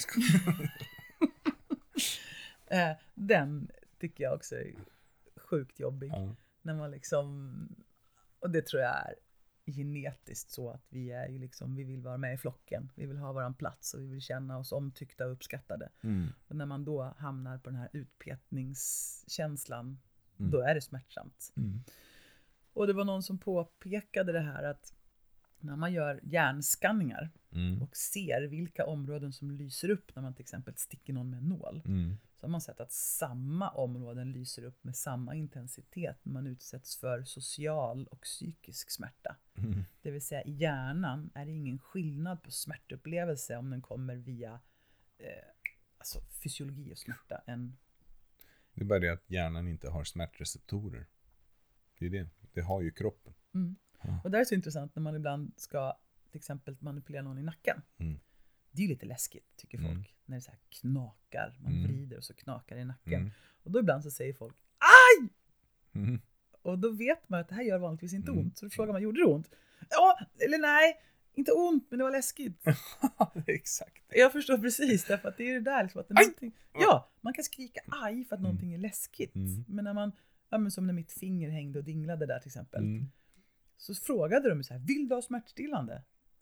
den tycker jag också är sjukt jobbig. När man liksom, och det tror jag är genetiskt så att vi är ju liksom, vi vill vara med i flocken. Vi vill ha våran plats och vi vill känna oss omtyckta och uppskattade. Och när man då hamnar på den här utpetningskänslan, då är det smärtsamt. Och det var någon som påpekade det här att när man gör hjärnskanningar och ser vilka områden som lyser upp när man till exempel sticker någon med en nål, så har man sett att samma områden lyser upp med samma intensitet när man utsätts för social och psykisk smärta. Det vill säga i hjärnan är det ingen skillnad på smärtupplevelse om den kommer via alltså fysiologi och smärta. Det är bara det att hjärnan inte har smärtreceptorer. Det är det. Det har ju kroppen. Och det är så intressant när man ibland ska till exempel manipulera någon i nacken. Det är ju lite läskigt tycker folk. När det så här knakar, man vrider och så knakar i nacken. Och då ibland så säger folk aj! Och då vet man att det här gör vanligtvis inte ont. Så då frågar man, gjorde det ont? Ja, eller nej, inte ont, men det var läskigt. Exakt. Jag förstår precis, därför att det är det där liksom, att det är någonting, ja, man kan skrika aj för att någonting är läskigt. Men när man, ja, men som när mitt finger hängde och dinglade där till exempel. Så frågade de så här, vill du ha smärtstillande?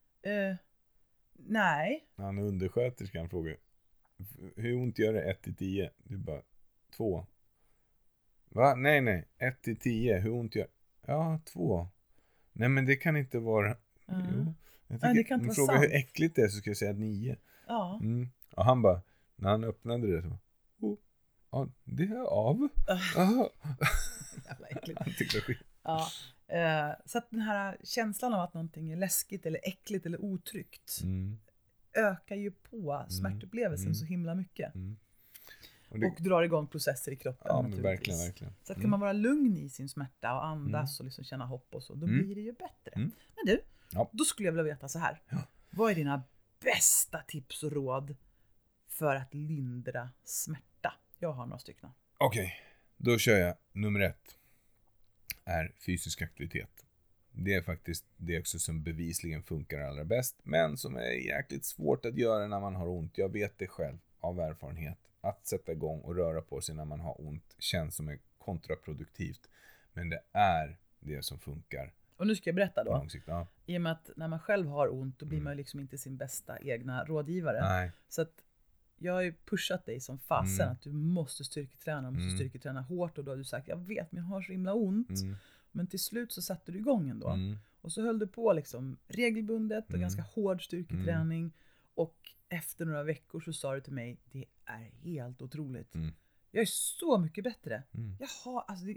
Nej. Han undersköterskan frågar, hur ont gör det 1-10? Du bara, 2. Va? Nej. 1-10, hur ont gör? Ja, 2. Nej, men det kan inte vara. Jo. Det kan inte vara fråga sant. hur äckligt det är så ska jag säga 9. Ja. Och han bara, när han öppnade det så, ja, det är av. Jävla äckligt. Han tyckte det var skit. Ja. Så att den här känslan av att någonting är läskigt eller äckligt eller otryggt ökar ju på smärtupplevelsen så himla mycket. Och drar igång processer i kroppen. Ja, men verkligen. Så att kan man vara lugn i sin smärta och andas och liksom känna hopp och så, då blir det ju bättre. Men du, då skulle jag vilja veta så här. Vad är dina bästa tips och råd för att lindra smärta? Jag har några stycken. Okej, då kör jag. Nummer 1 är fysisk aktivitet. Det är faktiskt det också som bevisligen funkar allra bäst, men som är jäkligt svårt att göra när man har ont. Jag vet det själv av erfarenhet. Att sätta igång och röra på sig när man har ont känns som är kontraproduktivt. Men det är det som funkar. Och nu ska jag berätta då. Ja. I och med att när man själv har ont, då blir man liksom inte sin bästa egna rådgivare. Nej. Så att jag har ju pushat dig som fasen att du måste styrketräna. Du måste styrketräna hårt. Och då har du sagt, jag vet men jag har så himla ont. Men till slut så satte du igång ändå. Och så höll du på liksom regelbundet och ganska hård styrketräning. Och efter några veckor så sa du till mig, det är helt otroligt. Jag är så mycket bättre.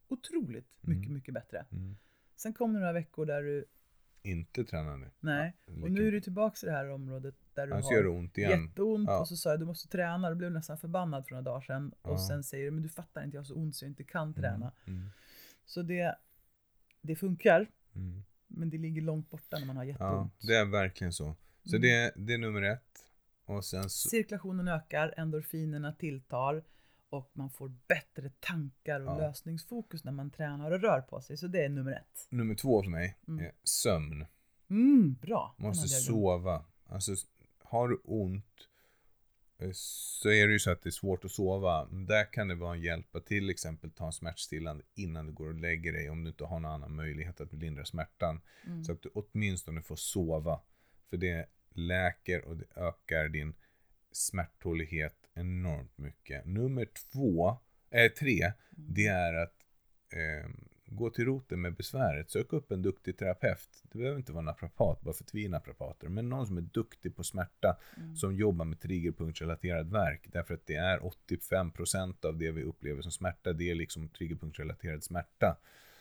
otroligt mycket bättre. Sen kom det några veckor där du inte tränade. Nej, och nu är du tillbaka i det här området där du har ont igen. Jätteont och så sa jag du måste träna. Du blev nästan förbannad för några dagar sedan. Och sen säger du, men du fattar inte, jag har så ont så jag inte kan träna. Så det funkar. Men det ligger långt borta när man har jätteont. Ja, det är verkligen så. Så det är nummer 1. Och sen cirkulationen ökar, endorfinerna tilltar. Och man får bättre tankar och lösningsfokus när man tränar och rör på sig. Så det är nummer 1. Nummer 2 för mig är sömn. Bra. Måste sova. Alltså, har du ont så är det ju så att det är svårt att sova. Där kan det vara en hjälp att till exempel ta en smärtstillande innan du går och lägger dig. Om du inte har någon annan möjlighet att lindra smärtan. Så att du åtminstone får sova. För det läker och det ökar din smärttålighet enormt mycket. Nummer 3, det är att gå till roten med besväret. Sök upp en duktig terapeut. Det behöver inte vara naprapat bara för att vi är naprapater. Men någon som är duktig på smärta. Som jobbar med triggerpunktrelaterad värk. Därför att det är 85% av det vi upplever som smärta. Det är liksom triggerpunktrelaterad smärta.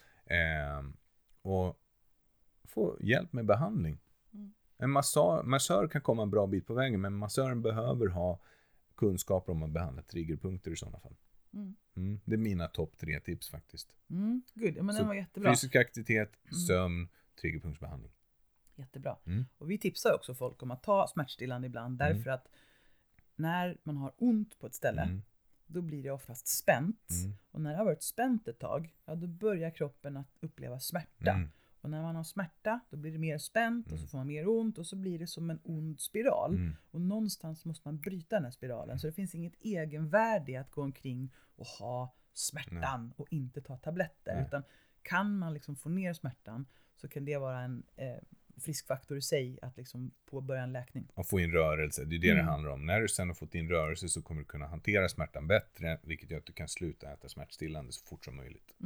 Och få hjälp med behandling. En massör kan komma en bra bit på vägen. Men massören behöver ha kunskaper om att behandla triggerpunkter i sådana fall. Det är mina topp 3 tips faktiskt. Good. Men den var jättebra. Fysisk aktivitet, sömn, triggerpunktsbehandling. Jättebra. Och vi tipsar också folk om att ta smärtstillande ibland. Därför att när man har ont på ett ställe då blir det oftast spänt. Och när det har varit spänt ett tag, då börjar kroppen att uppleva smärta. Och när man har smärta, då blir det mer spänt och så får man mer ont och så blir det som en ond spiral. Och någonstans måste man bryta den här spiralen. Så det finns inget egenvärde att gå omkring och ha smärtan och inte ta tabletter. Utan kan man liksom få ner smärtan så kan det vara en frisk faktor i sig att liksom påbörja en läkning. Och få in rörelse, det är det handlar om. När du sen har fått in rörelse så kommer du kunna hantera smärtan bättre. Vilket gör att du kan sluta äta smärtstillande så fort som möjligt.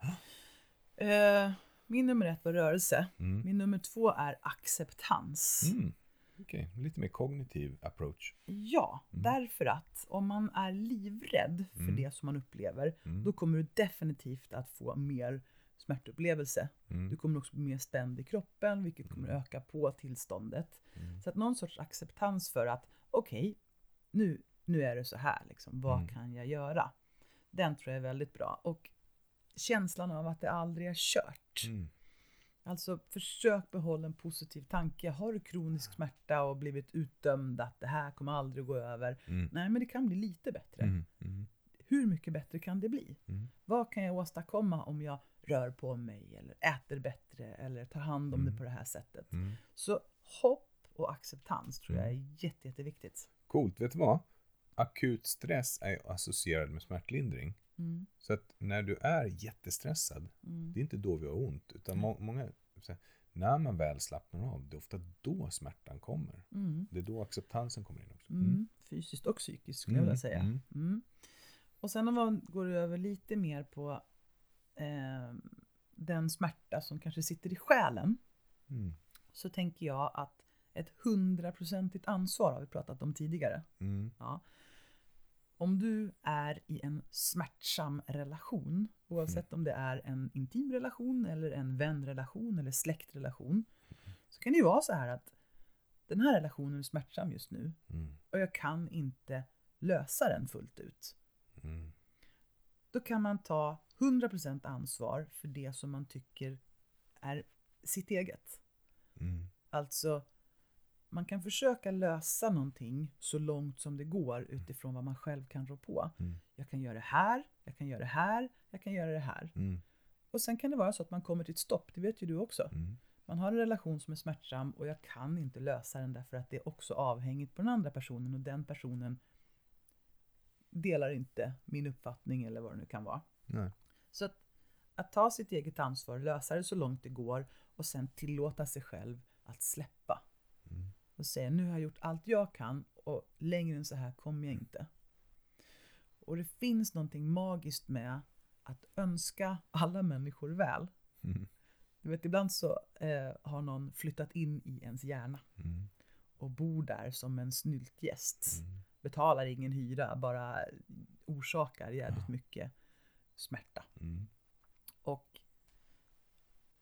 Min nummer 1 var rörelse. Min nummer 2 är acceptans. Okej, lite mer kognitiv approach. Ja, därför att om man är livrädd för det som man upplever, då kommer du definitivt att få mer smärtupplevelse. Du kommer också bli mer spänd i kroppen, vilket kommer öka på tillståndet. Så att någon sorts acceptans för att okej, nu är det så här. Liksom, vad kan jag göra? Den tror jag är väldigt bra. Och känslan av att det aldrig är kört. Alltså försök behålla en positiv tanke. Har du kronisk smärta och blivit utdömd att det här kommer aldrig att gå över. Nej, men det kan bli lite bättre. Hur mycket bättre kan det bli? Vad kan jag åstadkomma om jag rör på mig eller äter bättre eller tar hand om det på det här sättet? Så hopp och acceptans tror jag är jätteviktigt. Coolt, vet du vad? Akut stress är associerad med smärtlindring. Så att när du är jättestressad, det är inte då vi har ont. Utan många, när man väl slappnar av, det är ofta då smärtan kommer. Det är då acceptansen kommer in också. Fysiskt och psykiskt skulle jag vilja säga. Och sen om man går över lite mer på den smärta som kanske sitter i själen. Så tänker jag att ett 100% ansvar har vi pratat om tidigare. Ja. Om du är i en smärtsam relation, oavsett om det är en intim relation eller en vänrelation eller släktrelation, så kan det ju vara så här att den här relationen är smärtsam just nu och jag kan inte lösa den fullt ut. Då kan man ta 100% ansvar för det som man tycker är sitt eget. Alltså man kan försöka lösa någonting så långt som det går utifrån vad man själv kan rå på. Jag kan göra det här, jag kan göra det här, jag kan göra det här. Och sen kan det vara så att man kommer till ett stopp, det vet ju du också. Man har en relation som är smärtsam och jag kan inte lösa den därför att det är också avhängigt på den andra personen och den personen delar inte min uppfattning eller vad det nu kan vara. Nej. Så att ta sitt eget ansvar, lösa det så långt det går och sen tillåta sig själv att släppa. Och säga, nu har jag gjort allt jag kan och längre än så här kommer jag inte. Och det finns någonting magiskt med att önska alla människor väl. Du vet, ibland så har någon flyttat in i ens hjärna och bor där som en snyltgäst. Betalar ingen hyra, bara orsakar jävligt mycket smärta.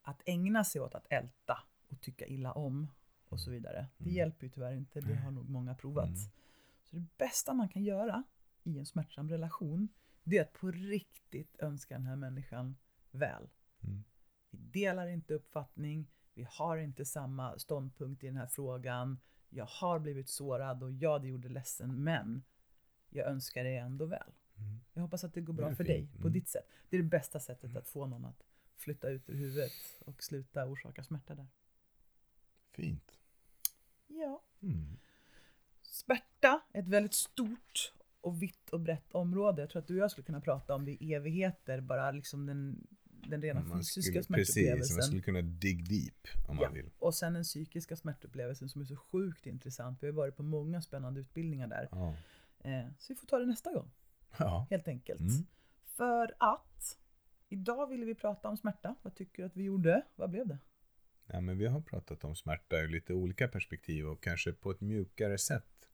att ägna sig åt att älta och tycka illa om och så vidare. Det hjälper ju tyvärr inte, det har nog många provat. Så det bästa man kan göra i en smärtsam relation, det är att på riktigt önska den här människan väl. Vi delar inte uppfattning, vi har inte samma ståndpunkt i den här frågan. Jag har blivit sårad och ja, det gjorde ledsen, men jag önskar dig ändå väl. Jag hoppas att det går bra för dig på ditt sätt. Det är det bästa sättet att få någon att flytta ut ur huvudet och sluta orsaka smärta där. Fint. Ja. Smärta är ett väldigt stort och vitt och brett område. Jag tror att du och jag skulle kunna prata om det i evigheter, bara liksom den rena fysiska smärtupplevelsen. Precis, man skulle kunna dig deep om man vill. Och sen den psykiska smärtupplevelsen som är så sjukt intressant. Vi har varit på många spännande utbildningar där. Ja. Så vi får ta det nästa gång. Ja. Helt enkelt. För att idag ville vi prata om smärta. Vad tycker du att vi gjorde? Vad blev det? Ja, men vi har pratat om smärta ur lite olika perspektiv och kanske på ett mjukare sätt.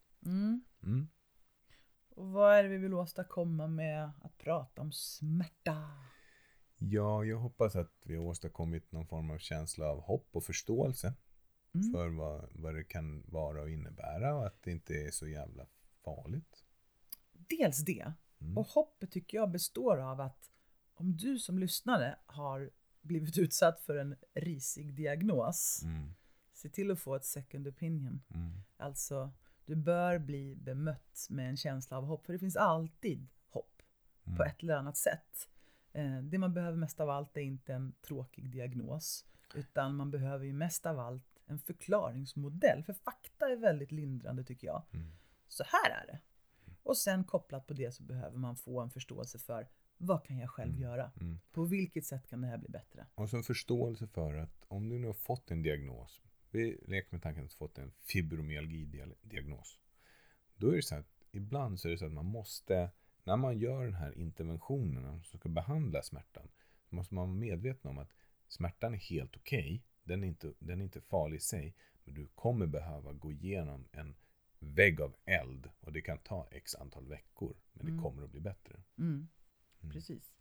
Och vad är det vi vill åstadkomma med att prata om smärta? Ja, jag hoppas att vi har åstadkommit någon form av känsla av hopp och förståelse för vad det kan vara och innebära och att det inte är så jävla farligt. Dels det. Och hoppet tycker jag består av att om du som lyssnare har blivit utsatt för en risig diagnos, se till att få ett second opinion. Alltså, du bör bli bemött med en känsla av hopp, för det finns alltid hopp på ett eller annat sätt. Det man behöver mest av allt är inte en tråkig diagnos, utan man behöver ju mest av allt en förklaringsmodell, för fakta är väldigt lindrande tycker jag. Så här är det. Och sen kopplat på det så behöver man få en förståelse för vad kan jag själv göra? På vilket sätt kan det här bli bättre? Och så en förståelse för att om du nu har fått en diagnos, vi leker med tanken att du fått en fibromyalgi-diagnos, då är det så att ibland så är det så att man måste, när man gör den här interventionen som ska behandla smärtan, så måste man vara medveten om att smärtan är helt okej. Den är inte farlig i sig, men du kommer behöva gå igenom en vägg av eld och det kan ta x antal veckor, men det kommer att bli bättre. Precis.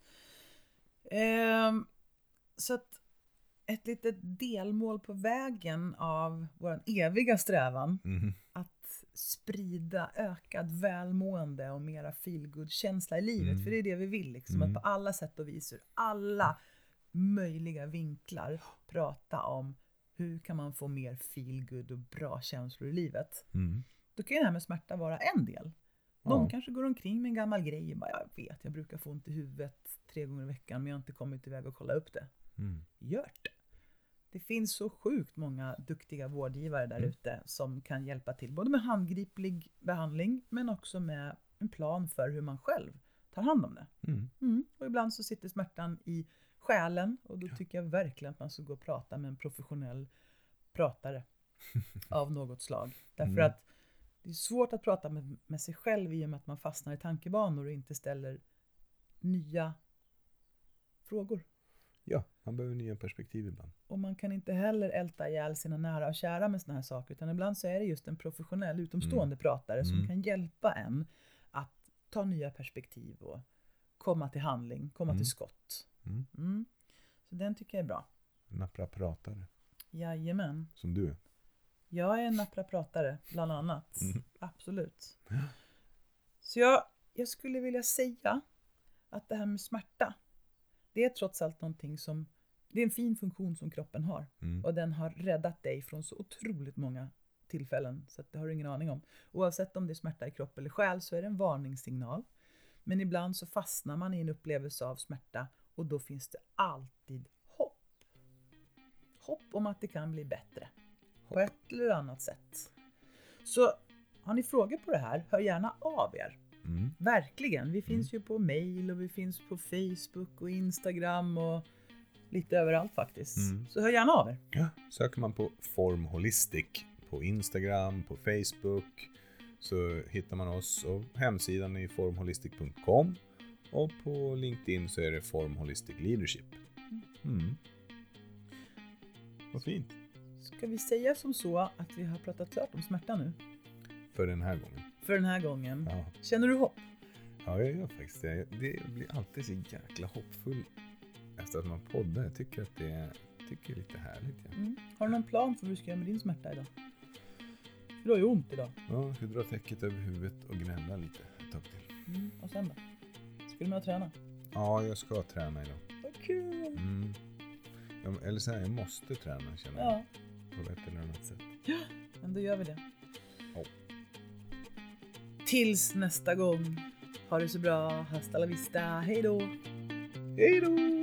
Så att ett litet delmål på vägen av vår eviga strävan att sprida ökad välmående och mera feelgood-känsla i livet. För det är det vi vill, liksom, att på alla sätt och vis ur alla möjliga vinklar prata om hur kan man få mer feelgood och bra känslor i livet. Då kan ju det här med smärta vara en del. Någon kanske går omkring med en gammal grej och bara, jag brukar få ont i huvudet 3 gånger i veckan, men jag har inte kommit iväg och kolla upp det. Gör det. Det finns så sjukt många duktiga vårdgivare där ute som kan hjälpa till, både med handgriplig behandling men också med en plan för hur man själv tar hand om det. Och ibland så sitter smärtan i själen och då tycker jag verkligen att man ska gå och prata med en professionell pratare av något slag. Därför att det är svårt att prata med sig själv i och med att man fastnar i tankebanor och inte ställer nya frågor. Ja, man behöver nya perspektiv ibland. Och man kan inte heller älta ihjäl sina nära och kära med såna här saker, utan ibland så är det just en professionell utomstående pratare som kan hjälpa en att ta nya perspektiv och komma till handling, komma till skott. Så den tycker jag är bra. Naprapratare. Jajamän. Som du är. Jag är en naprapratare, bland annat. Absolut. Så jag skulle vilja säga att det här med smärta, det är trots allt någonting som, det är en fin funktion som kroppen har. Och den har räddat dig från så otroligt många tillfällen, så att det har du ingen aning om. Oavsett om det är smärta i kropp eller själ så är det en varningssignal. Men ibland så fastnar man i en upplevelse av smärta och då finns det alltid hopp. Hopp om att det kan bli bättre. På ett eller annat sätt. Så har ni frågor på det här, hör gärna av er. Verkligen. Vi finns ju på mail och vi finns på Facebook och Instagram och lite överallt faktiskt. Så hör gärna av er. Ja, söker man på Form Holistic på Instagram, på Facebook, så hittar man oss, och hemsidan är formholistic.com och på LinkedIn så är det Form Holistic Leadership. Vad fint. Ska vi säga som så att vi har pratat klart om smärta nu? För den här gången. För den här gången. Ja. Känner du hopp? Ja, jag gör faktiskt det. Det blir alltid så jäkla hoppfull efter att man poddar. Jag tycker att det tycker det är lite härligt. Ja. Har du någon plan för vad du ska göra med din smärta idag? För du har ju ont idag. Ja, jag ska dra täcket över huvudet och gnälla lite ett tag till. Och sen då? Ska du med och träna? Ja, jag ska träna idag. Vad kul! Eller så här, jag måste träna, känner jag. På ett eller annat sätt. Ja, men då gör vi det. Ja. Tills nästa gång. Ha det så bra. Hasta la vista. Hej då! Hej då!